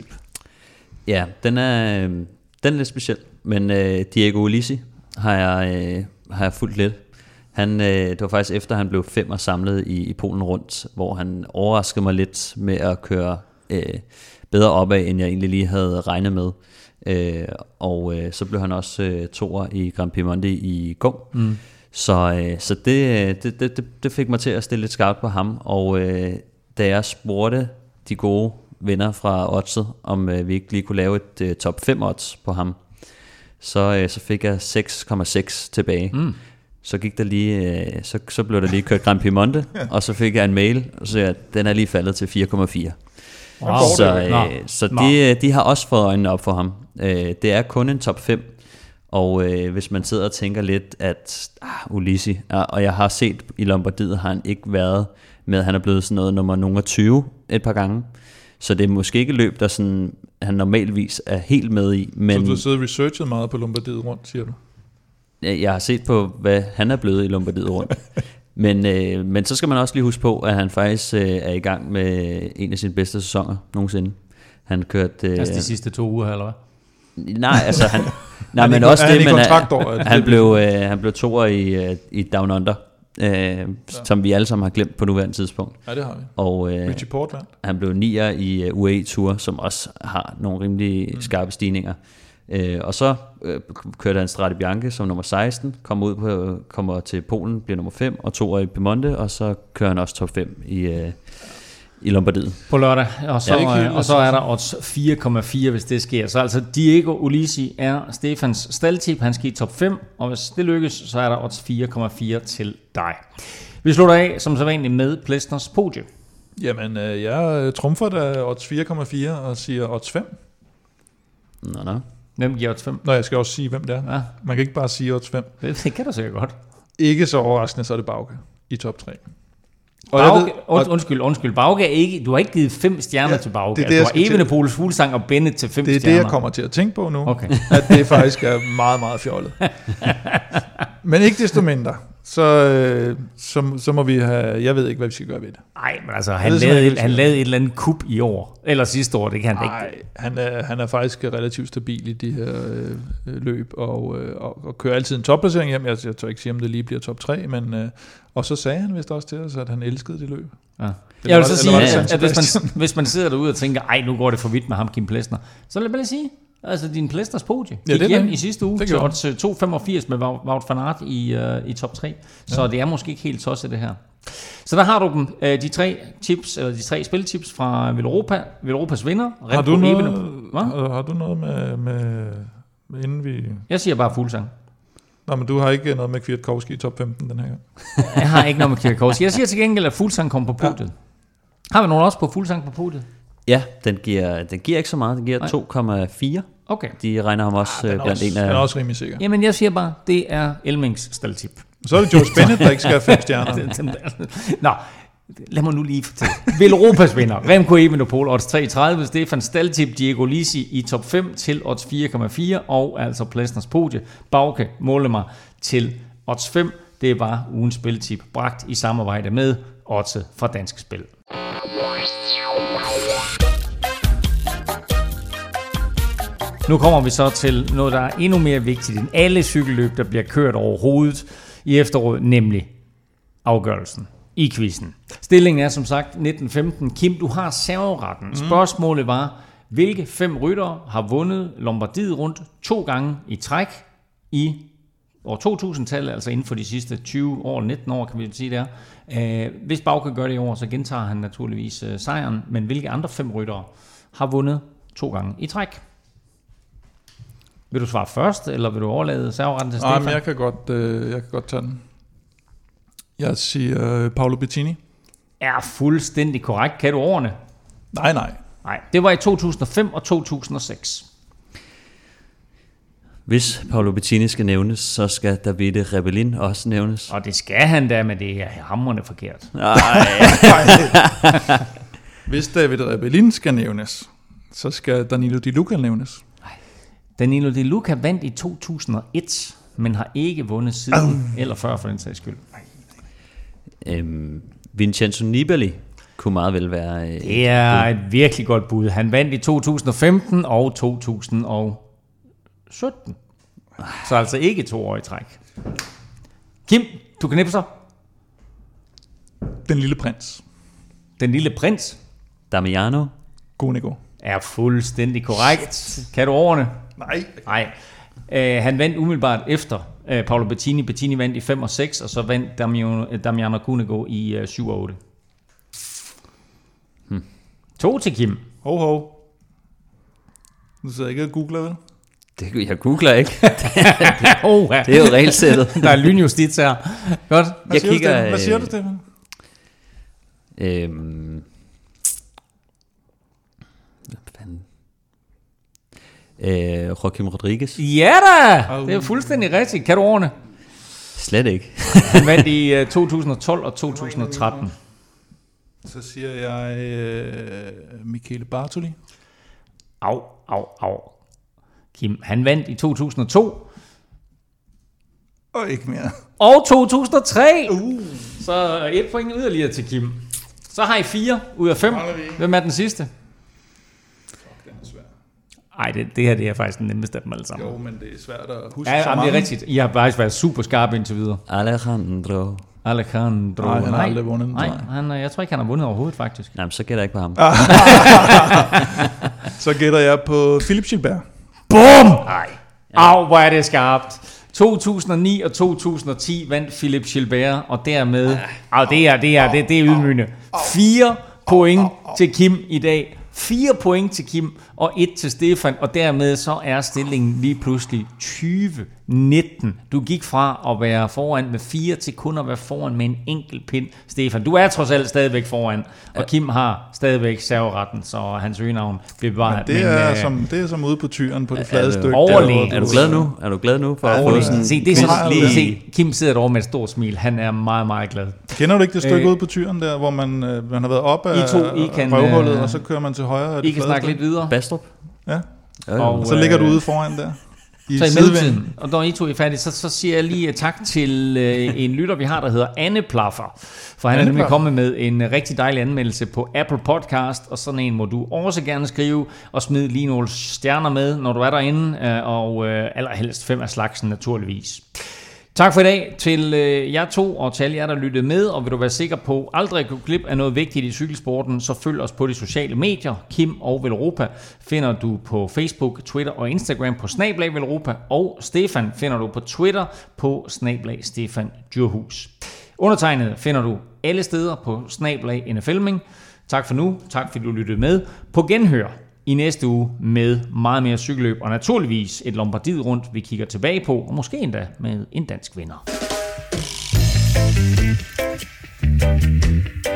Ja, den er, den er lidt speciel, men uh, Diego Ulissi har jeg, uh, har jeg fulgt lidt. Han, uh, det var faktisk efter, han blev fem og samlet i, i Polen rundt, hvor han overraskede mig lidt med at køre uh, bedre opad, end jeg egentlig lige havde regnet med. Uh, og uh, så blev han også uh, toer i Grand Piemonte i går. Mm. Så, øh, så det, det, det, det fik mig til at stille lidt skarpt på ham, og øh, da jeg spurgte de gode venner fra oddset, om øh, vi ikke lige kunne lave et øh, top fem odds på ham, så, øh, så fik jeg seks komma seks tilbage. Mm. Så gik der lige, øh, så, så blev der lige kørt Grand Piemonte, og så fik jeg en mail, og så jeg, den er lige faldet til fire komma fire. Wow. Så, øh, så de, de har også fået øjnene op for ham. Øh, det er kun en top fem. Og øh, hvis man sidder og tænker lidt, at ah, Ulissi, ja, og jeg har set i Lombardiet, har han ikke været med, at han er blevet sådan noget nummer, nummer tyve et par gange. Så det er måske ikke løb, der sådan, han normalvis er helt med i. Men, så du har siddet og researchet meget på Lombardiet rundt, siger du? Jeg har set på, hvad han er blevet i Lombardiet rundt. men, øh, men så skal man også lige huske på, at han faktisk øh, er i gang med en af sine bedste sæsoner nogensinde. Han kørte... Øh, altså de sidste to uger, eller hvad? Nej, altså han... Nej, men også det, men han, han blev øh, han blev toer i i Down Under, øh, ja. som vi alle sammen har glemt på nuværende tidspunkt. Ja, det har vi. Og øh, Richie Portland. Han blev nier i uh, U A E Tour, som også har nogle rimelig mm. skarpe stigninger. Øh, og så øh, kørte han Strade Bianche som nummer seksten, kommer ud på kommer til Polen, bliver nummer fem og toer i Piemonte, og så kører han også top fem i øh, i Lombardiet. På lørdag, og så, ja, og så er der odds fire komma fire, hvis det sker. Så altså Diego Ulissi er Stefans staldtip, han skal i top fem, og hvis det lykkes, så er der odds fire komma fire til dig. Vi slutter af, som sædvanligt, med Plesners podie. Jamen, øh, jeg trumfer da odds fire komma fire og siger odds fem. Nå, nå. Hvem giver odds fem? Nå, jeg skal også sige, hvem det er. Ja. Man kan ikke bare sige odds fem. Det kan du sikkert godt. Ikke så overraskende, så er det Bauke i top tre. Bauke, ved, und, undskyld, undskyld. Bauke er ikke, du har ikke givet fem stjerner ja, til Bauke. Det, det, altså, du har Evenepoels Fuglsang og Bennett til fem stjerner. Det er stjerner. Det, jeg kommer til at tænke på nu. Okay. At det faktisk er meget, meget fjollet. Men ikke desto mindre. Så, øh, så, så må vi have... Jeg ved ikke, hvad vi skal gøre ved det. Nej, men altså, han, lavede, ikke, han lavede et eller andet kup i år. Eller sidste år, det kan han Ej, ikke. Han er, han er faktisk relativt stabil i de her øh, løb, og, øh, og, og kører altid en topplacering hjem. Jeg, jeg tør ikke sige, om det lige bliver top tre, men... Øh, og så sagde han vist også til os, at han elskede det løb. Ja. Jeg vil så sige, at, at, at hvis, man, hvis man sidder derude og tænker, ej, nu går det for vidt med ham, Kim Plesner, så lad mig lige sige, altså din Plesners podie gik ja, hjem den. i sidste uge til odds to komma femogfirs med Wout van Aert i, uh, i top tre, så ja. det er måske ikke helt tosset det her. Så der har du dem, uh, de tre tips, eller de tre spiltips fra Velropa, Velropas vinder. Har du, noget, har, har du noget med, med, med inden vi... Jeg siger bare Fuglsang. Nå, men du har ikke noget med Kwiatkowski i top femten den her gang. Jeg har ikke noget med Kwiatkowski. Jeg siger til gengæld, at Fuglsang kommer på podiet. Ja. Har vi nogen også på Fuglsang på podiet? Ja, den giver, den giver ikke så meget. Den giver to komma fire. Okay. De regner ham også ja, blandt også, en af... Den er også rimelig sikker. Jamen, jeg siger bare, det er Elmings staldtip. Så er det George Bennett, der ikke skal have fem stjerner. Nå, lad mig nu lige fortælle. Velropas vinder. Remco Evenepoel, odds tre komma tredive. Stefan Staldtip, Diego Lisi i top fem til odds fire komma fire. Og altså Plesners podie. Bauke Mollema til odds fem. Det var ugens spiltip, bragt i samarbejde med Odds fra Danske Spil. Nu kommer vi så til noget, der er endnu mere vigtigt end alle cykelløb, der bliver kørt over hovedet i efteråret, nemlig afgørelsen i quizzen. Stillingen er som sagt nitten femten. Kim, du har serveretten. Spørgsmålet var, hvilke fem ryttere har vundet Lombardiet rundt to gange i træk i år to tusind-tallet, altså inden for de sidste tyve år, nitten år, kan vi sige det er. Hvis Bauke gør det i år, så gentager han naturligvis sejren, men hvilke andre fem ryttere har vundet to gange i træk? Vil du svare først, eller vil du overlade serveretten til Stefan? Nej, men jeg kan godt, øh, jeg kan godt tage den. Jeg siger øh, Paolo Bettini. Er fuldstændig korrekt. Kan du årene? Nej, nej. Nej, det var i to tusind og fem og to tusind og seks. Hvis Paolo Bettini skal nævnes, så skal Davide Rebellin også nævnes. Og det skal han da, men det er hamrende forkert. Nej. Hvis David Rebellin skal nævnes, så skal Danilo Di Luca nævnes. Danilo Di Luca vandt i to tusind og et, men har ikke vundet siden um. eller før for den sags skyld. Øhm, Vincenzo Nibali kunne meget vel være... Øh, det er et virkelig godt bud. Han vandt i to tusind og femten og to tusind og sytten. Så altså ikke to år i træk. Kim, du knipser. Den lille prins. Den lille prins. Damiano Cunego. Er fuldstændig korrekt. Shit. Kan du årene? Nej. Nej. Uh, han vandt umiddelbart efter uh, Paolo Bettini. Bettini vandt i fem og seks, og så vandt Damiano, Damiano Cunego i uh, syv og otte. Hmm. To til Kim. Ho ho. Nu sidder jeg ikke og googler, vel? Det, jeg googler ikke. oh, ja. Det er jo regelsættet. Der er lynjustits her. Godt. Hvad jeg siger kigger, du, Hvad siger du, Stefan? Øhm... Øh, Joaquim Rodriguez. Ja da! Det er fuldstændig rigtigt. Kan du årene? Slet ikke. Han vandt i uh, to tusind og tolv og to tusind og tretten. Så siger jeg uh, Michele Bartoli. Au, au, au. Kim, han vandt i to tusind og to. Og ikke mere. Og to tusind og tre. Uh. Så et point yderligere til Kim. Så har I fire ud af fem. Hvem er den sidste? Nej, det, det her det er faktisk den nemmeste af dem alle sammen. Jo, men det er svært at huske ja, så mange. mange. Det er rigtigt. I har faktisk været super skarpe indtil videre. Alejandro. Alejandro. Nej, han har aldrig vundet. Nej, han, jeg tror ikke, han har vundet overhovedet, faktisk. Nej, så gætter jeg ikke på ham. Så gætter jeg på Philip Gilbert. Bum! Nej. Au, hvor er det skarpt. to tusind og ni og to tusind og ti vandt Philip Gilbert, og dermed... Au, det er, det er, det, det er ydmygende. Fire point til Kim i dag. Fire point til Kim og et til Stefan, og dermed så er stillingen lige pludselig tyve nitten. Du gik fra at være foran med fire til kun at være foran med en enkelt pind. Stefan, du er trods alt stadigvæk foran, og Kim har stadigvæk serveretten, så hans øgenavn bliver bevaret. Men det, Men, er øh, som, det er som ude på tyren på det flade stykke. Overlegen. Er du glad nu? Er du glad nu for at få sådan se, det er sådan, lige... se, Kim sidder derovre med et stort smil. Han er meget, meget glad. Kender du ikke det stykke Øh, ude på tyren der, hvor man, øh, man har været op af I to, I kan, røvhullet, øh, og så kører man til højre af I det kan flade snakke stykke? lidt videre. Bastrup? Ja. Ja, Og, Og så ligger du ude foran der. I Så i sidevinden. mellemtiden, og når I to er færdige, så, så siger jeg lige tak til øh, en lytter, vi har, der hedder Anne Plaffer. For han er nemlig kommet med en rigtig dejlig anmeldelse på Apple Podcast, og sådan en må du også gerne skrive, og smide lige nogle stjerner med, når du er derinde, øh, og øh, allerhelst fem af slagsen naturligvis. Tak for i dag til øh, jer to, og til alle jer, der lyttede med, og vil du være sikker på aldrig at gå glip af noget vigtigt i cykelsporten, så følg os på de sociale medier. Kim og Velropa finder du på Facebook, Twitter og Instagram på snablag Velropa, og Stefan finder du på Twitter på snablag Stefan Djurhus. Undertegnet finder du alle steder på snablag N F L-ming. Tak for nu, tak fordi du lyttede med. På genhør i næste uge med meget mere cykelløb, og naturligvis et Lombardiet rundt, vi kigger tilbage på, og måske endda med en dansk vinder.